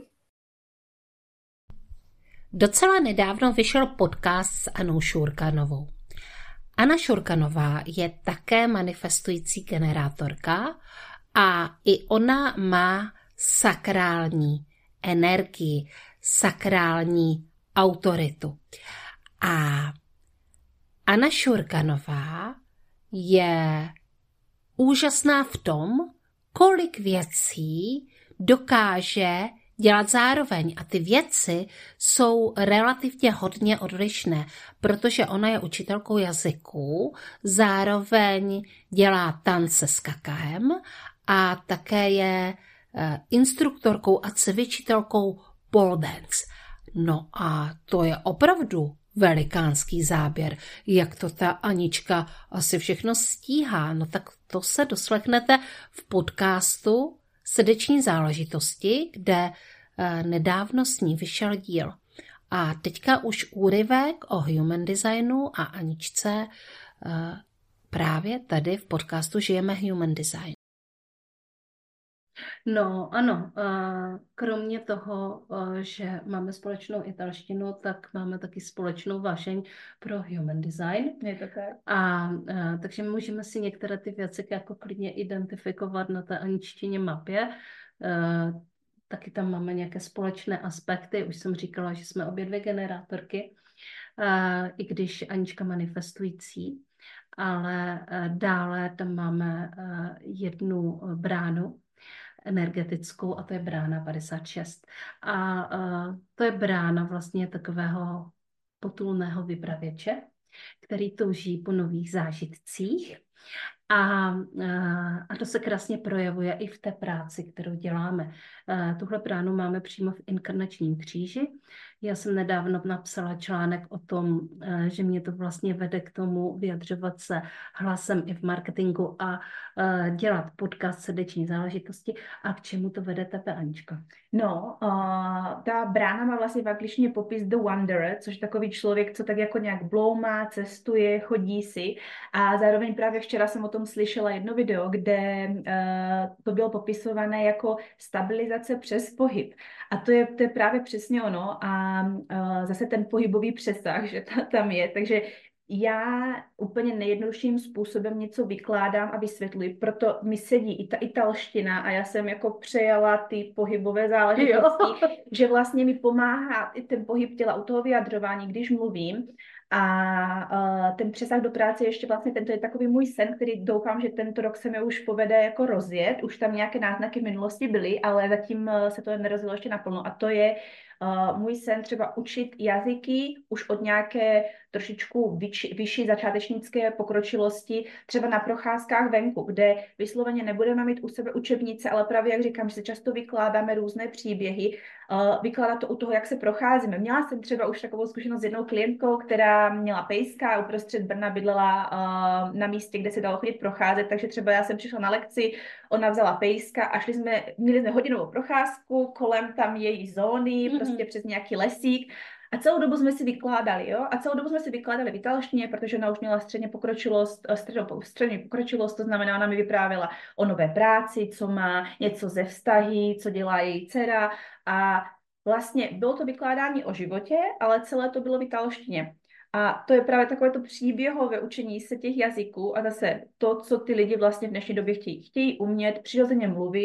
Docela nedávno vyšel podcast s Anou Šurkanovou. Anna Šurkanová je také manifestující generátorka a i ona má sakrální energii, sakrální autoritu. A Anna Šurkanová je úžasná v tom, kolik věcí dokáže dělat zároveň. A ty věci jsou relativně hodně odlišné, protože ona je učitelkou jazyků, zároveň dělá tance s kakaem a také je instruktorkou a cvičitelkou pole dance. No a to je opravdu velikánský záběr. Jak to ta Anička asi všechno stíhá? No tak to se doslechnete v podcastu Srdeční záležitosti, kde eh, nedávno s ní vyšel díl. A teďka už úryvek o human designu a Aničce eh, právě tady v podcastu Žijeme human design. No ano, kromě toho, že máme společnou italštinu, tak máme taky společnou vášeň pro human design.
Je to tak.
A, a takže můžeme si některé ty věci jako klidně identifikovat na té aničtině mapě. Taky tam máme nějaké společné aspekty. Už jsem říkala, že jsme obě dvě generátorky, i když Anička manifestující. Ale dále tam máme jednu bránu energetickou a to je brána padesát šest. A uh, to je brána vlastně takového potulného vypravěče, který touží po nových zážitcích. A, a to se krásně projevuje i v té práci, kterou děláme. Tuhle bránu máme přímo v inkarnačním kříži. Já jsem nedávno napsala článek o tom, že mě to vlastně vede k tomu vyjadřovat se hlasem i v marketingu a dělat podcast Srdeční záležitosti. A k čemu to vede tebe, Aničko?
No, uh, ta brána má vlastně v angličtině popis The Wanderer, což je takový člověk, co tak jako nějak bloumá, cestuje, chodí si. A zároveň právě včera jsem o tom slyšela jedno video, kde uh, to bylo popisované jako stabilizace přes pohyb. A to je, to je právě přesně ono. A uh, zase ten pohybový přesah, že ta, tam je. Takže já úplně nejjednodušším způsobem něco vykládám a vysvětluji, proto mi sedí i ta italština a já jsem jako přejala ty pohybové záležitosti, že vlastně mi pomáhá i ten pohyb těla u toho vyjadřování, když mluvím. A uh, ten přesah do práce ještě vlastně, tento je takový můj sen, který doufám, že tento rok se mi už povede jako rozjet. Už tam nějaké náznaky v minulosti byly, ale zatím uh, se to nerozjelo ještě naplno. A to je uh, můj sen třeba učit jazyky už od nějaké trošičku vyč, vyšší začátečnické pokročilosti, třeba na procházkách venku, kde vysloveně nebudeme mít u sebe učebnice, ale právě, jak říkám, že se často vykládáme různé příběhy, uh, vykládat to u toho, jak se procházíme. Měla jsem třeba už takovou zkušenost s jednou klientkou, která měla pejska, uprostřed Brna bydlela uh, na místě, kde se dalo chodit procházet, takže třeba já jsem přišla na lekci, ona vzala pejska a šli jsme, měli jsme hodinovou procházku, kolem tam její zóny, mm-hmm. prostě přes nějaký lesík. A celou dobu jsme si vykládali, jo? A celou dobu jsme si vykládali v italštině, protože ona už měla středně pokročilost, středně, středně pokročilost, to znamená, ona mi vyprávěla o nové práci, co má, něco ze vztahy, co dělá její dcera. A vlastně bylo to vykládání o životě, ale celé to bylo v italštině. A to je právě takové to příběhové učení se těch jazyků a zase to, co ty lidi vlastně v dnešní době chtějí. Chtějí umět přirozeně mluvit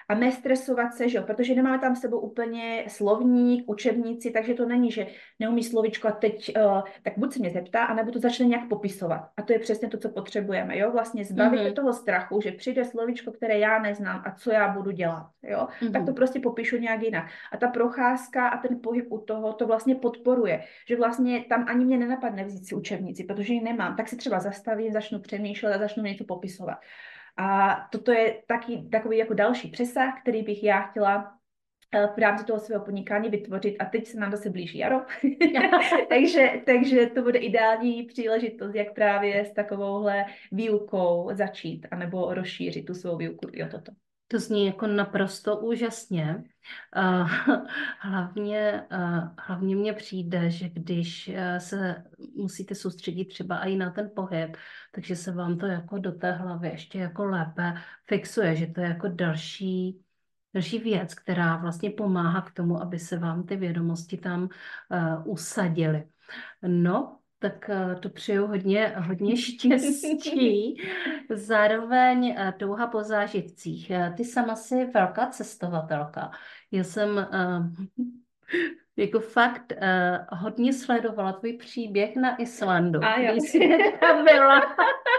a nestresovat se, že jo, protože nemáme tam s sebou úplně slovník, učebnici, takže to není, že neumí slovíčko a teď, uh, tak buď se mě zeptá, anebo to začne nějak popisovat. A to je přesně to, co potřebujeme, jo, vlastně zbavit mm-hmm. toho strachu, že přijde slovíčko, které já neznám a co já budu dělat, jo, mm-hmm. tak to prostě popíšu nějak jinak. A ta procházka a ten pohyb u toho to vlastně podporuje, že vlastně tam ani mě nenapadne vzít si učebnici, protože ji nemám, tak si třeba zastavím, začnu přemýšlet a začnu něco popisovat. A toto je taky, takový jako další přesah, který bych já chtěla v rámci toho svého podnikání vytvořit a teď se nám zase blíží jaro, takže, takže to bude ideální příležitost, jak právě s takovouhle výukou začít anebo rozšířit tu svou výuku. Jo, toto.
To zní jako naprosto úžasně. Uh, hlavně, uh, hlavně mně přijde, že když uh, se musíte soustředit třeba i na ten pohyb, takže se vám to jako do té hlavy ještě jako lépe fixuje, že to je jako další, další věc, která vlastně pomáhá k tomu, aby se vám ty vědomosti tam uh, usadily. No, tak to přeju hodně, hodně štěstí. Zároveň touha po zážitcích. Ty sama jsi velká cestovatelka. Já jsem uh, jako fakt uh, hodně sledovala tvůj příběh na Islandu.
A jo.
Když jsi tam byla.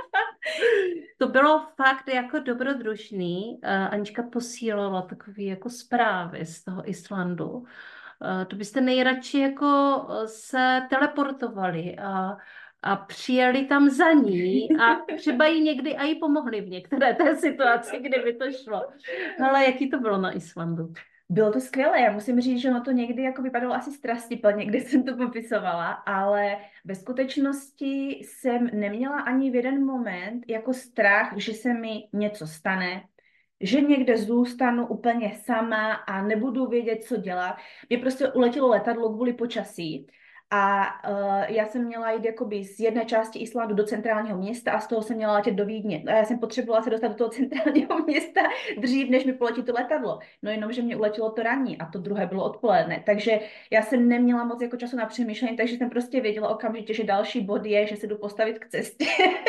To bylo fakt jako dobrodružný. Uh, Anička posílala takové jako zprávy z toho Islandu. To byste nejradši jako se teleportovali a, a přijeli tam za ní a třeba jí někdy i pomohli v některé té situaci, kdyby to šlo. Ale jaký to bylo na Islandu?
Bylo to skvělé, já musím říct, že ono to někdy jako vypadalo asi strastiplně, když jsem to popisovala, ale ve skutečnosti jsem neměla ani v jeden moment jako strach, že se mi něco stane, že někde zůstanu úplně sama a nebudu vědět, co dělat. Mě prostě uletělo letadlo kvůli počasí a uh, já jsem měla jít jakoby z jedné části Islandu do centrálního města a z toho jsem měla letět do Vídně. A já jsem potřebovala se dostat do toho centrálního města dřív, než mi poletí to letadlo. No jenom, že mě uletělo to ranní a to druhé bylo odpoledne. Takže já jsem neměla moc jako času na přemýšlení, takže jsem prostě věděla okamžitě, že další bod je, že se jdu postavit k cestě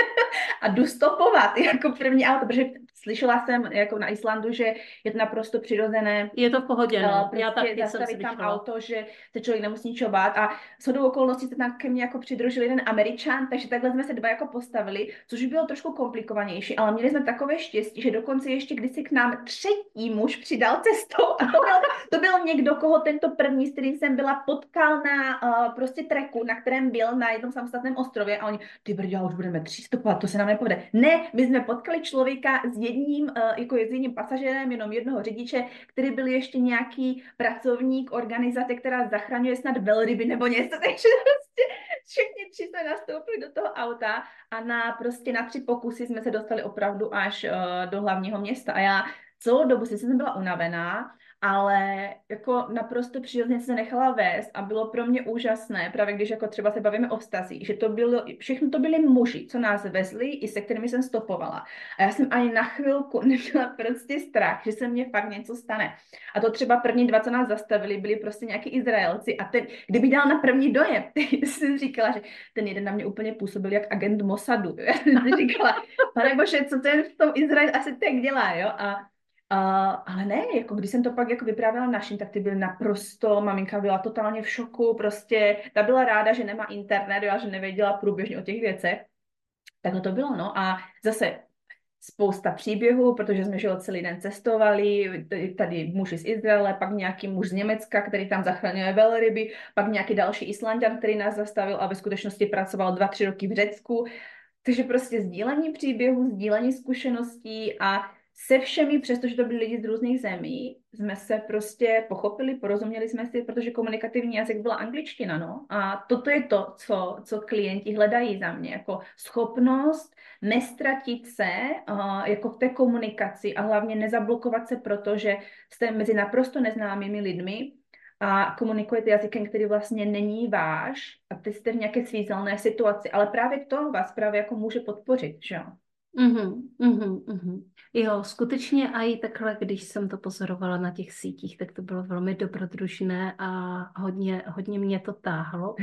a jdu stopovat jako první auto, protože slyšela jsem jako na Islandu, že je to naprosto přirozené.
Je to v pohodě, no.
Prostě
Já taky
zastavit tam auto, že se člověk nemusí ničeho bát. A shodou okolností se tam ke mně jako přidružil jeden Američan, takže takhle jsme se dva jako postavili, což bylo trošku komplikovanější, ale měli jsme takové štěstí, že dokonce ještě když se k nám třetí muž přidal cestou a to byl, to byl někdo, koho tento první, s kterým jsem byla, potkal na uh, prostě treku, na kterém byl na jednom samostatném ostrově a oni, ty brdě, už budeme tři stopovat, to se nám nepovede. Ne, my jsme potkali člověka s jedním, uh, jako s jedním pasažérem, jenom jednoho řidiče, který byl ještě nějaký pracovník organizace, která zachraňuje snad velryby nebo něco, takže prostě všichni tři jsme nastoupili do toho auta a na prostě na tři pokusy jsme se dostali opravdu až uh, do hlavního města a já celou dobu si jsem byla unavená, ale jako naprosto přirozeně se nechala vést a bylo pro mě úžasné, právě když jako třeba se bavíme o vztazích, že to bylo, všechno to byli muži, co nás vezli i se kterými jsem stopovala. A já jsem ani na chvilku neměla prostě strach, že se mně fakt něco stane. A to třeba první dva, co nás zastavili, byli prostě nějaký Izraelci a ten, kdyby dal na první dojem, jsem říkala, že ten jeden na mě úplně působil jak agent Mossadu. Já jsem říkala, pane bože, co ten v tom Izraeli asi tak dělá, jo? A Uh, ale ne, jako když jsem to pak jako vyprávěla našim, tak ty byly naprosto, maminka byla totálně v šoku, prostě ta byla ráda, že nemá internet, já, že nevěděla průběžně o těch věcech. Takhle to bylo, no a zase spousta příběhů, protože jsme žili celý den cestovali, tady muž z Izraele, pak nějaký muž z Německa, který tam zachraňuje velryby, pak nějaký další Islanďan, který nás zastavil a ve skutečnosti pracoval dva, tři roky v Řecku. Takže prostě sdílení příběhů, sdílení zkušeností a se všemi, přestože to byli lidi z různých zemí, jsme se prostě pochopili, porozuměli jsme si, protože komunikativní jazyk byla angličtina, no. A toto je to, co, co klienti hledají za mě, jako schopnost nestratit se uh, jako v té komunikaci a hlavně nezablokovat se, protože jste mezi naprosto neznámými lidmi a komunikujete jazykem, který vlastně není váš a ty jste v nějaké svízelné situaci, ale právě to vás právě jako může podpořit, že jo?
Uhum, uhum, uhum. Jo, skutečně i takhle, když jsem to pozorovala na těch sítích, tak to bylo velmi dobrodružné a hodně, hodně mě to táhlo.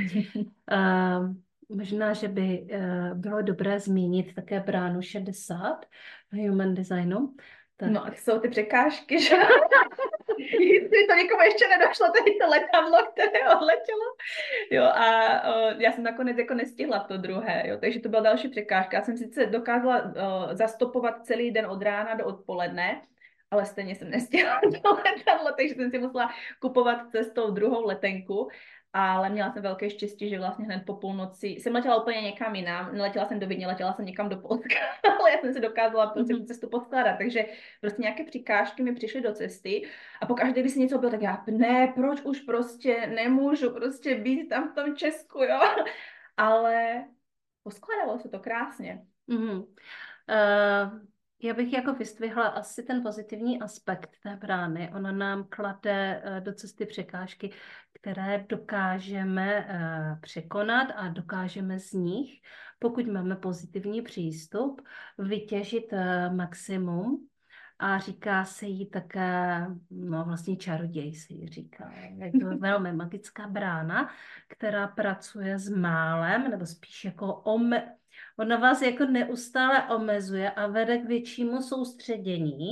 uh, možná, že by uh, bylo dobré zmínit také bránu šedesát v Human Designu. Tak.
No a jsou ty překážky, že? Jestli to někomu ještě nedošlo, tady to letadlo, které odletělo. Jo, a o, já jsem nakonec jako nestihla to druhé, jo, takže to byla další překážka. Já jsem sice dokázala o, zastopovat celý den od rána do odpoledne, ale stejně jsem nestihla to letadlo, takže jsem si musela kupovat cestou druhou letenku. Ale měla jsem velké štěstí, že vlastně hned po půlnoci jsem letěla úplně někam jinam, neletěla jsem do Vídně, letěla jsem někam do Polska, ale já jsem si dokázala prostě tu cestu poskládat, takže prostě nějaké překážky mi přišly do cesty a pokaždé, když se něco bylo, tak já, ne, proč už prostě nemůžu prostě být tam v tom Česku, jo, ale poskládalo se to krásně.
Mm-hmm. Uh... Já bych jako vystvihla asi ten pozitivní aspekt té brány. Ona nám klade do cesty překážky, které dokážeme překonat a dokážeme z nich, pokud máme pozitivní přístup, vytěžit maximum. A říká se jí také, no vlastně čaroděj se jí říká. Je to velmi magická brána, která pracuje s málem, nebo spíš jako ome... Ona vás jako neustále omezuje a vede k většímu soustředění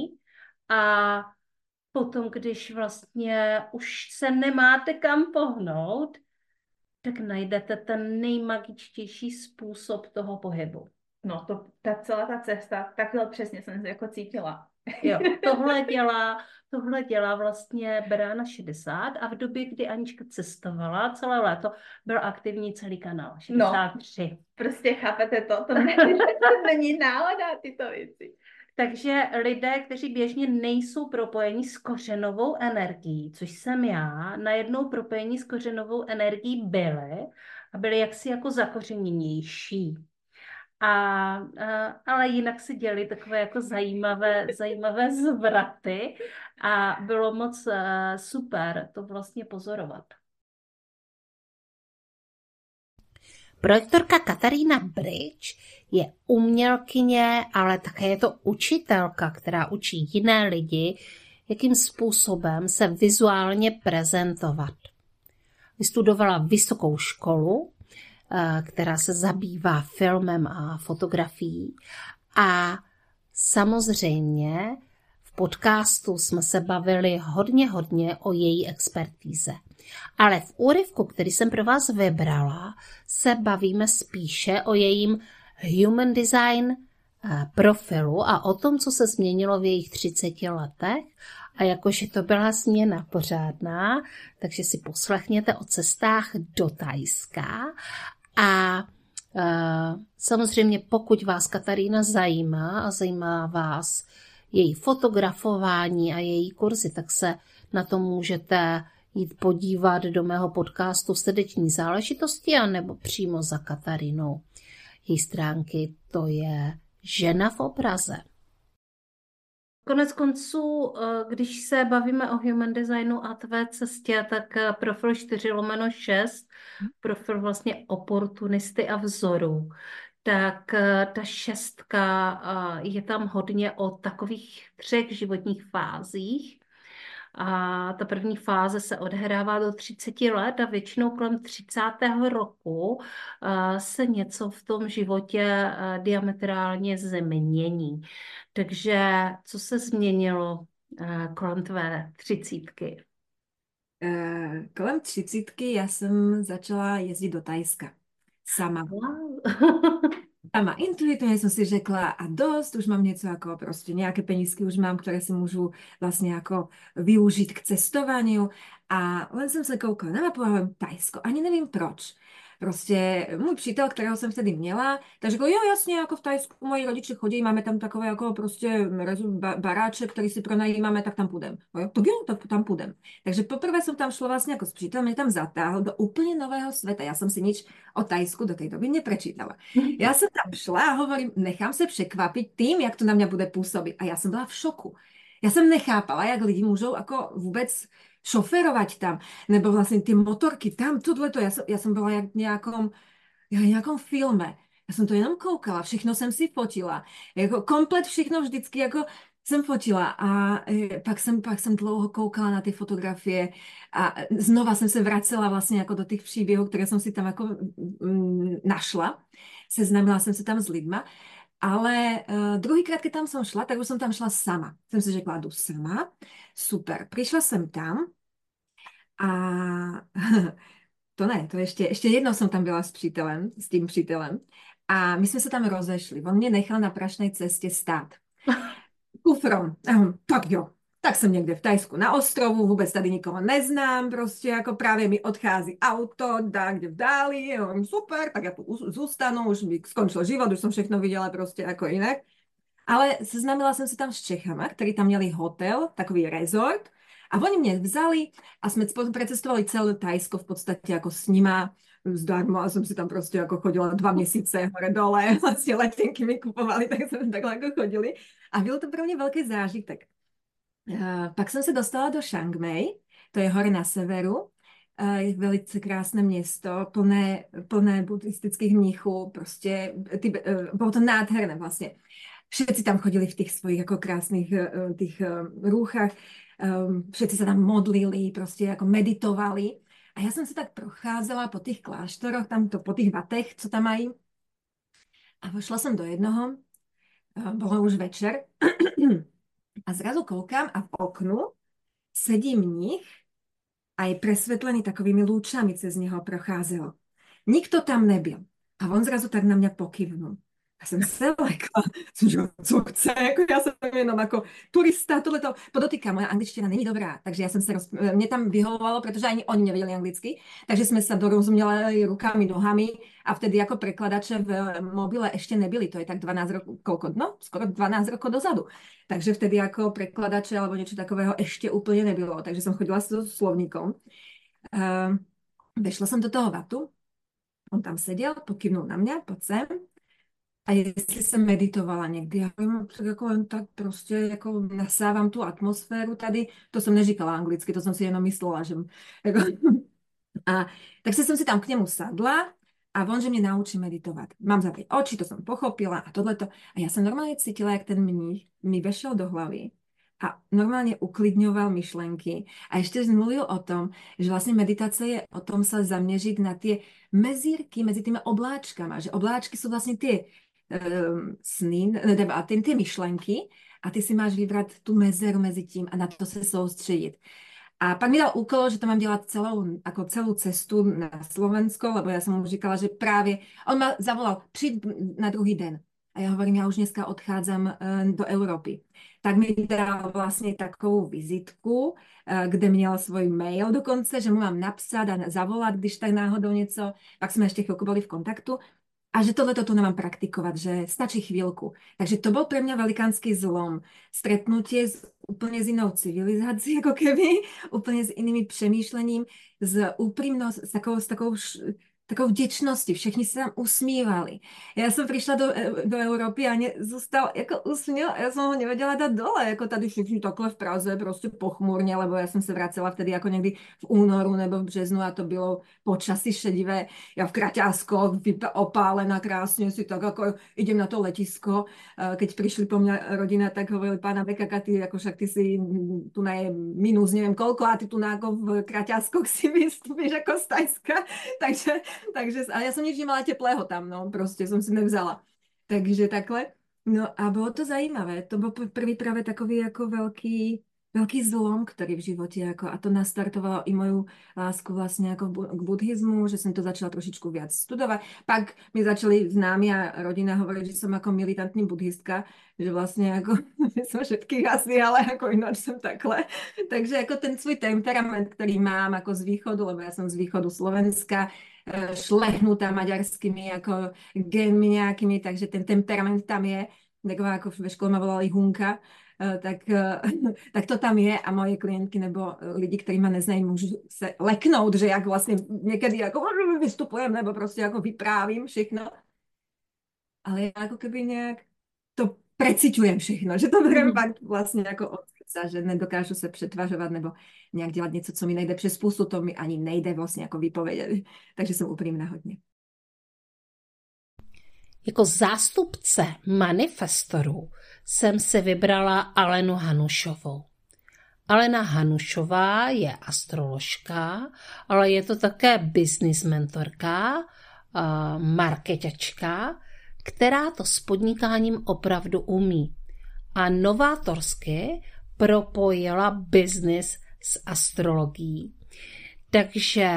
a potom, když vlastně už se nemáte kam pohnout, tak najdete ten nejmagičtější způsob toho pohybu.
No, to, ta celá ta cesta, takhle přesně jsem se jako cítila.
Jo, tohle dělá, tohle dělá vlastně Brána šedesát a v době, kdy Anička cestovala celé léto, byl aktivní celý kanál šedesát tři.
No, prostě chápete to, to není, to není nálada tyto věci.
Takže lidé, kteří běžně nejsou propojeni s kořenovou energií, což jsem já, najednou propojení s kořenovou energií byli a byli jaksi jako zakořeněnější. A, a, ale jinak se děly takové jako zajímavé, zajímavé zvraty a bylo moc uh, super to vlastně pozorovat. Projektorka Katarína Bridge je umělkyně, ale také je to učitelka, která učí jiné lidi, jakým způsobem se vizuálně prezentovat. Vystudovala vysokou školu, která se zabývá filmem a fotografií. A samozřejmě v podcastu jsme se bavili hodně, hodně o její expertíze. Ale v úryvku, který jsem pro vás vybrala, se bavíme spíše o jejím human design profilu a o tom, co se změnilo v jejich třiceti letech. A jakože to byla změna pořádná, takže si poslechněte o cestách do Thajska. A uh, samozřejmě pokud vás Katarína zajímá a zajímá vás její fotografování a její kurzy, tak se na to můžete jít podívat do mého podcastu Srdeční záležitosti anebo přímo za Katarínou. Její stránky to je Žena v obraze. Konec konců, když se bavíme o human designu a tvé cestě, tak profil čtyři lomeno šest, profil vlastně oportunisty a vzoru, tak ta šestka je tam hodně o takových třech životních fázích. A ta první fáze se odehrává do třiceti let a většinou kolem třicátého roku se něco v tom životě diametrálně změní. Takže co se změnilo kolem tvé třicítky?
Kolem třicítky já jsem začala jezdit do Thajska. Sama.
Wow.
Sama intuitivně jsem si řekla a dost, už mám něco jako prostě nějaké penízky už mám, které si můžu vlastně jako využít k cestování a len jsem se koukala na mapu a hovorím Thajsko, ani nevím proč. Prostě můj přítel, kterého jsem vtedy měla, tak řekl, jo, jasně, jako v Thajsku moji rodiče chodí, máme tam takové jako prostě baráček, který si pronajímáme, tak tam půjdem. Jo, tak jo, tak tam půjdem. Takže poprvé jsem tam šla vlastně jako s přítelem, mě tam zatáhl do úplně nového světa. Já jsem si nič o Thajsku do té doby neprečítala. Já jsem tam šla a hovorím, nechám se překvapit tím, jak to na mě bude působit. A já jsem byla v šoku. Já jsem nechápala, jak lidi můžou jako vůbec šoferovať tam, nebo vlastně ty motorky tam, tohleto, já jsem, já jsem byla jak v nějakom, jak v nějakom filme. Já jsem to jenom koukala, všechno jsem si fotila. Jako komplet všechno vždycky jako jsem fotila a e, pak jsem, pak jsem dlouho koukala na ty fotografie a znova jsem se vracela vlastně jako do těch příběhů, které jsem si tam jako mm, našla. Seznámila jsem se tam s lidma Ale uh, druhýkrát, keď tam som šla, tak už som tam šla sama. Jsem si řekla, jdu sama. Super. Prišla jsem tam a to ne, to ještě, ještě jednou jsem tam byla s přítelem, s tím přítelem a my jsme se tam rozešli. On mě nechal na prašnej cestě stát. Kufrom. Tak jo, tak jsem někde v Tajsku na ostrovu, vůbec tady nikoho neznám, prostě jako právě mi odchází auto, dá kde v dáli, jo, super, tak já tu zůstanu, už mi skončil život, už jsem všechno viděla prostě jako jinak. Ale seznámila jsem se tam s Čechama, ktorí tam měli hotel, takový resort, a oni mě vzali a jsme precestovali celé Tajsko v podstatě jako s nima zdarma a jsem si tam prostě jako chodila dva měsíce hore dole, vlastně letenky mi kupovali, tak jsme takhle jako chodili a byl to pro mě velký zážitek. Uh, pak jsem se dostala do Chiang Mai, to je hore na severu, uh, je velice krásné město, plné, plné buddhistických mnichů, prostě ty, uh, bylo to nádherné vlastně. Všetci tam chodili v těch svojich jako krásných uh, těch uh, rúchach, um, všetci se tam modlili, prostě jako meditovali. A já jsem se tak procházela po těch kláštoroch, tam to, po těch vatech, co tam mají. A vošla jsem do jednoho, uh, bylo už večer, a zrazu koukám a v oknu sedí mních a je presvetlený takovými lúčami, cez něho procházelo. Nikto tam nebyl. A on zrazu tak na mě pokyvnul. Já jsem se lekla, že co chce, jako já jsem jenom jako turista, tohleto, podotýkám, moja angličtina není dobrá, takže já jsem se, roz... mě tam vyhovovalo, protože ani oni nevěděli anglicky, takže jsme se dorozuměli rukami, nohami a vtedy jako prekladače v mobile ještě nebyli, to je tak dvanásť rokov, koľko, no, skoro dvanásť rokov dozadu, takže vtedy jako prekladače alebo něco takového ještě úplně nebylo, takže jsem chodila s slovníkom. Uh, vešla jsem do toho vatu, on tam seděl, pokyvnul na mě, pojď sem. A jestli jsem meditovala někdy, já vím, tak jako jen tak prostě jako nasávám tu atmosféru tady, to jsem neříkala anglicky, to jsem si jenom myslela, že jako, a tak se jsem si tam k němu sadla a on, že mě naučí meditovat. Mám zavřít oči, to jsem pochopila a tohleto. A já jsem normálně cítila, jak ten mních mi vešel do hlavy a normálně uklidňoval myšlenky. A ještě mluvil o tom, že vlastně meditace je o tom se zaměřit na ty mezírky mezi těmi obláčkama, že obláčky jsou vlastně ty sny, nebo a ty, ty myšlenky a ty si máš vybrat tu mezeru mezi tím a na to se soustředit. A pak mi dal úkol, že to mám dělat celou, jako celou cestu na Slovensko, lebo já jsem mu říkala, že právě, on ma zavolal, přijď na druhý den. A já hovorím, já už dneska odchádzam do Európy. Tak mi dal vlastně takovou vizitku, kde měl svůj mail dokonce, že mu mám napsat a zavolat, když tak náhodou něco. Pak jsme ještě chvilku byli v kontaktu. A že tohleto tu nemám praktikovat, že stačí chvíľku. Takže to byl pro mě velikánský zlom. Stretnutie s, úplně s jinou civilizací, jako keby, úplně s jinými přemýšlením, s úprimnost, s takovou, s takovou, takovou vděčností. Všichni se tam usmívali. Já jsem přišla do, do Európy a mě zůstal jako usměl a já jsem ho nevěděla dát dole, jako tady všichni takhle v Praze, prostě pochmurně, lebo já jsem se vracela vtedy jako někdy v únoru nebo v březnu a to bylo počasí šedivé. Já v kraťáskoch, opálená krásně, si tak jako idem na to letisko. Keď prišli po mňa rodina, tak hovorili, pána Bekaka, ty, jako však ty si tu na je minus, nevím kolko, a ty tu na jako v kraťáskoch si vystupíš jako z Tajska. Takže Takže, ale já jsem nič nemala teplého tam, no, prostě jsem si nevzala. Takže takhle. No a bylo to zajímavé. To byl první právě takový jako velký, velký zlom, který v životě, jako, a to nastartovalo i moju lásku vlastně jako k buddhismu, že jsem to začala trošičku víc studovat. Pak mi začali známi a rodina hovorit, že jsem jako militantní buddhistka, že vlastně jako jsem všetkých asi, ale jako jinak jsem takhle. Takže jako ten svůj temperament, který mám jako z východu, lebo já jsem z východu Slovenska, šlehnutá maďarskými jako genmi nějakými, takže ten temperament tam je, taková jako ve škole ma volali Hunka, tak, tak to tam je a moje klientky nebo lidi, kteří ma neznají, můžu se leknout, že jak vlastně někdy jako vystupujem nebo prostě jako vyprávím všechno. Ale já jako keby nějak to preciťujem všechno, že to berem fakt vlastně jako od srdca, že nedokážu se přetvařovat nebo nějak dělat něco, co mi nejde přes pusu, to mi ani nejde vlastně jako vypovědět. Takže jsem upřímná hodně.
Jako zástupce manifestorů jsem si vybrala Alenu Hanušovou. Alena Hanušová je astroložka, ale je to také business mentorka, marketačka, která to s podnikáním opravdu umí. A novátorsky propojila biznis s astrologií. Takže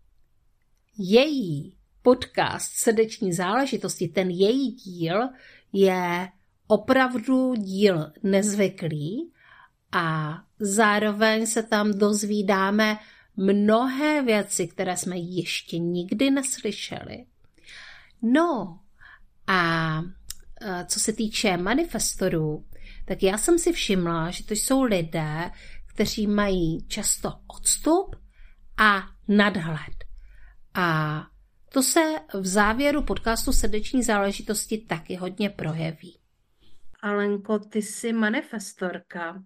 její podcast Srdeční záležitosti, ten její díl je opravdu díl nezvyklý a zároveň se tam dozvídáme mnohé věci, které jsme ještě nikdy neslyšeli. No a co se týče manifestorů, tak já jsem si všimla, že to jsou lidé, kteří mají často odstup a nadhled. A to se v závěru podcastu Srdeční záležitosti taky hodně projeví. Alenko, ty jsi manifestorka,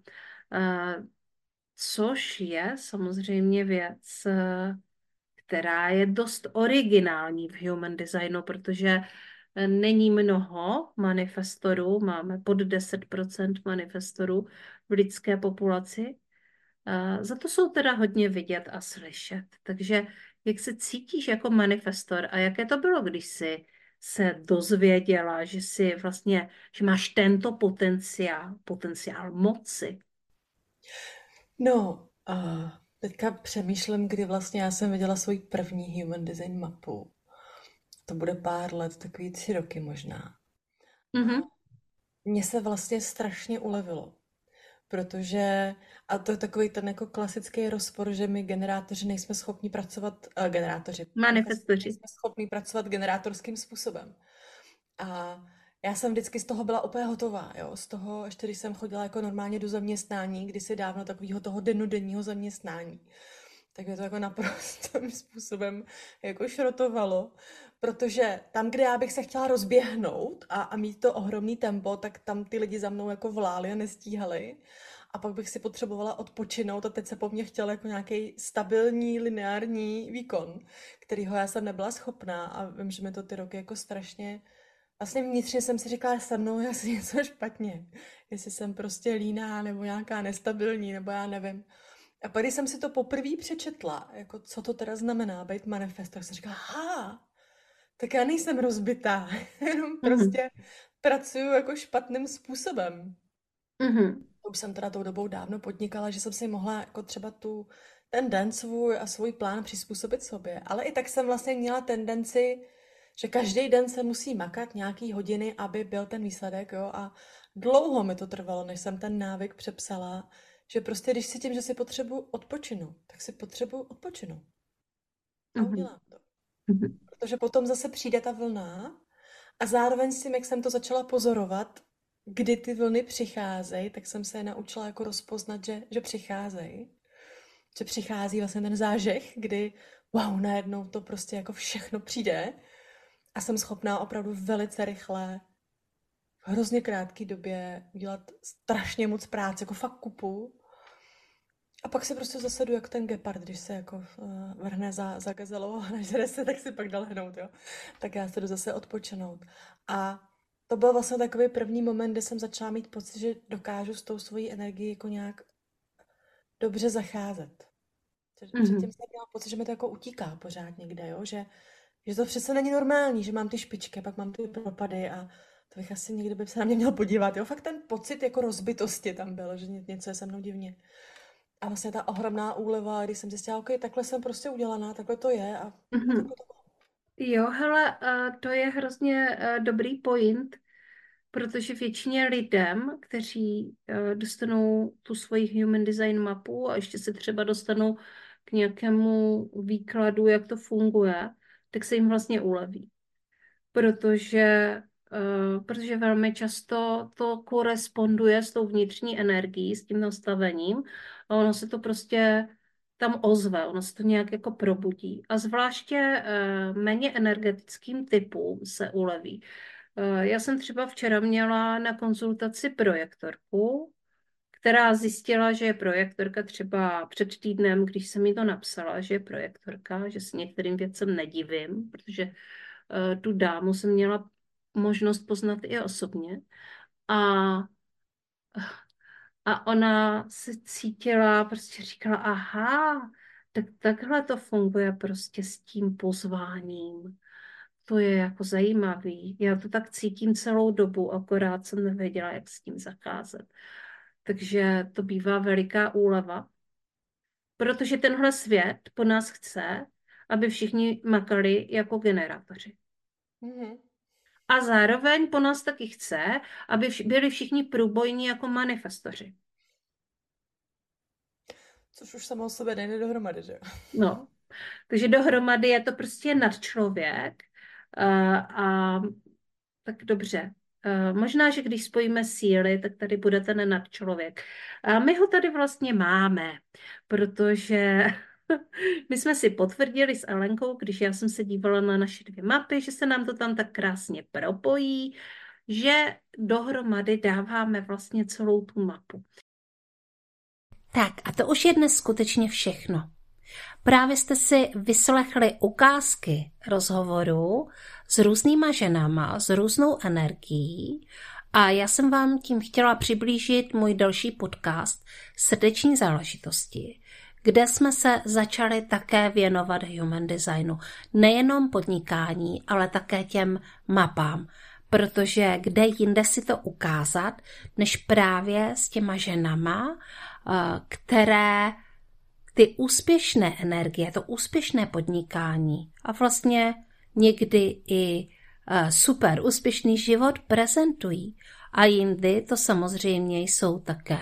což je samozřejmě věc, která je dost originální v human designu, protože není mnoho manifestorů, máme pod deset procent manifestorů v lidské populaci. Za to jsou teda hodně vidět a slyšet. Takže jak se cítíš jako manifestor a jaké to bylo, když jsi se dozvěděla, že jsi vlastně, že máš tento potenciál, potenciál moci?
No, uh, teďka přemýšlím, kdy vlastně já jsem viděla svou první human design mapu. To bude pár let, takový tři roky možná.
Mm-hmm.
Mně se vlastně strašně ulevilo, protože, a to je takový ten jako klasický rozpor, že my generátoři nejsme schopni pracovat, uh, generátoři,
manifestoři,
nejsme schopni pracovat generátorským způsobem. A já jsem vždycky z toho byla úplně hotová, jo, z toho, ještě když jsem chodila jako normálně do zaměstnání, kdysi dávno takového toho dennodenního zaměstnání, tak mě to jako naprostým způsobem jako šrotovalo, protože tam, kde já bych se chtěla rozběhnout a, a mít to ohromný tempo, tak tam ty lidi za mnou jako vláli a nestíhali. A pak bych si potřebovala odpočinout a teď se po mně chtěl jako nějaký stabilní, lineární výkon, kterýho já jsem nebyla schopná a vím, že mi to ty roky jako strašně... Vlastně vnitřně jsem si říkala, se mnou je asi něco špatně. Jestli jsem prostě líná nebo nějaká nestabilní, nebo já nevím. A pak, když jsem si to poprvé přečetla, jako co to teda znamená být manifestor, jsem říkala, aha, tak já nejsem rozbitá, jenom
mm-hmm.
prostě pracuju jako špatným způsobem.
Mm-hmm.
Už jsem teda tou dobou dávno podnikala, že jsem si mohla jako třeba tu, ten den svůj a svůj plán přizpůsobit sobě. Ale i tak jsem vlastně měla tendenci, že každý den se musí makat nějaký hodiny, aby byl ten výsledek, jo, a dlouho mi to trvalo, než jsem ten návyk přepsala, že prostě když si tím, že si potřebuji odpočinout, tak si potřebuji odpočinout. A udělám to.
Mm-hmm.
Protože potom zase přijde ta vlna a zároveň s tím, jak jsem to začala pozorovat, kdy ty vlny přicházejí, tak jsem se je naučila jako rozpoznat, že, že přicházejí. Že přichází vlastně ten zážeh, kdy wow, najednou to prostě jako všechno přijde a jsem schopná opravdu velice rychle v hrozně krátké době udělat strašně moc práce, jako fakt kupu. A pak se prostě zasedu jak ten gepard, když se jako uh, vrhne za, za gazelou a nažere se, tak si pak dal hnout, jo. Tak já se jdu zase odpočinout. A to byl vlastně takový první moment, kdy jsem začala mít pocit, že dokážu s tou svojí energií jako nějak dobře zacházet. Mm-hmm. Předtím jsem měla pocit, že mi to jako utíká pořád někde, jo, že, že to přece není normální, že mám ty špičky, pak mám ty propady a to bych asi někdy by se na mě měl podívat, jo. Fakt ten pocit jako rozbitosti tam byl, že něco je se mnou divně. A vlastně ta ohromná úleva, když jsem zjistila, ok, takhle jsem prostě udělaná, takhle to je. A,
mm-hmm. a takhle to... Jo, hele, to je hrozně dobrý point, protože většině lidem, kteří dostanou tu svoji human design mapu a ještě se třeba dostanou k nějakému výkladu, jak to funguje, tak se jim vlastně uleví. Protože, protože velmi často to koresponduje s tou vnitřní energií, s tím nastavením a ono se to prostě tam ozve, ono se to nějak jako probudí. A zvláště méně energetickým typům se uleví. Já jsem třeba včera měla na konzultaci projektorku, která zjistila, že je projektorka třeba před týdnem, když jsem jí to napsala, že je projektorka, že se některým věcem nedivím, protože uh, tu dámu jsem měla možnost poznat i osobně. A, a ona se cítila, prostě říkala, aha, tak takhle to funguje prostě s tím pozváním. To je jako zajímavý. Já to tak cítím celou dobu, akorát jsem nevěděla, jak s tím zacházet. Takže to bývá veliká úleva, protože tenhle svět po nás chce, aby všichni makali jako generátoři.
Mm-hmm.
A zároveň po nás taky chce, aby vš- byli všichni průbojní jako manifestoři.
Což už samo o sobě nejde dohromady, že jo?
No, takže dohromady je to prostě nadčlověk. A, a tak dobře. A možná, že když spojíme síly, tak tady bude ten nadčlověk. A my ho tady vlastně máme, protože my jsme si potvrdili s Alenkou, když já jsem se dívala na naše dvě mapy, že se nám to tam tak krásně propojí, že dohromady dáváme vlastně celou tu mapu. Tak a to už je dnes skutečně všechno. Právě jste si vyslechli ukázky rozhovorů s různýma ženama, s různou energií a já jsem vám tím chtěla přiblížit můj další podcast Srdeční záležitosti, kde jsme se začali také věnovat human designu. Nejenom podnikání, ale také těm mapám, protože kde jinde si to ukázat, než právě s těma ženama, které ty úspěšné energie, to úspěšné podnikání a vlastně někdy i super úspěšný život prezentují. A jindy to samozřejmě jsou také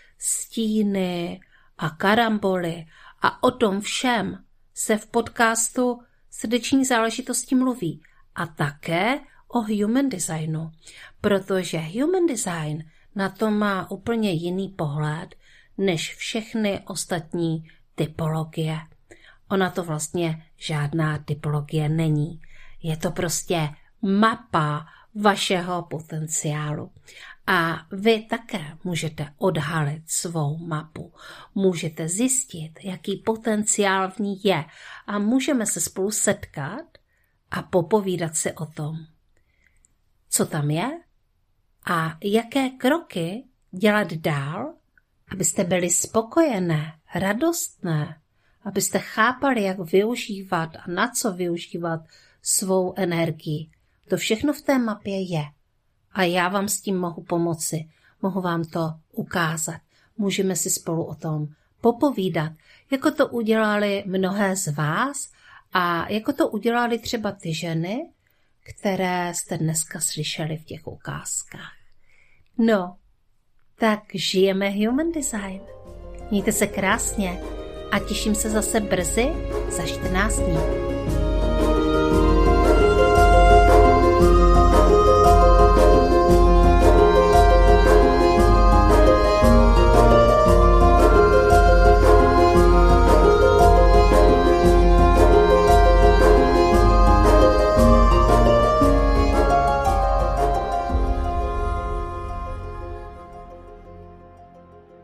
stíny a karamboly a o tom všem se v podcastu Srdeční záležitosti mluví. A také o human designu, protože human design na to má úplně jiný pohled než všechny ostatní typologie. Ona to vlastně žádná typologie není. Je to prostě mapa vašeho potenciálu. A vy také můžete odhalit svou mapu. Můžete zjistit, jaký potenciál v ní je. A můžeme se spolu setkat a popovídat si o tom, co tam je a jaké kroky dělat dál, abyste byli spokojené, radostné, abyste chápali, jak využívat a na co využívat svou energii. To všechno v té mapě je. A já vám s tím mohu pomoci. Mohu vám to ukázat. Můžeme si spolu o tom popovídat, jako to udělali mnohé z vás a jako to udělali třeba ty ženy, které jste dneska slyšeli v těch ukázkách. No, tak žijeme human design. Mějte se krásně a těším se zase brzy za čtrnáct dní.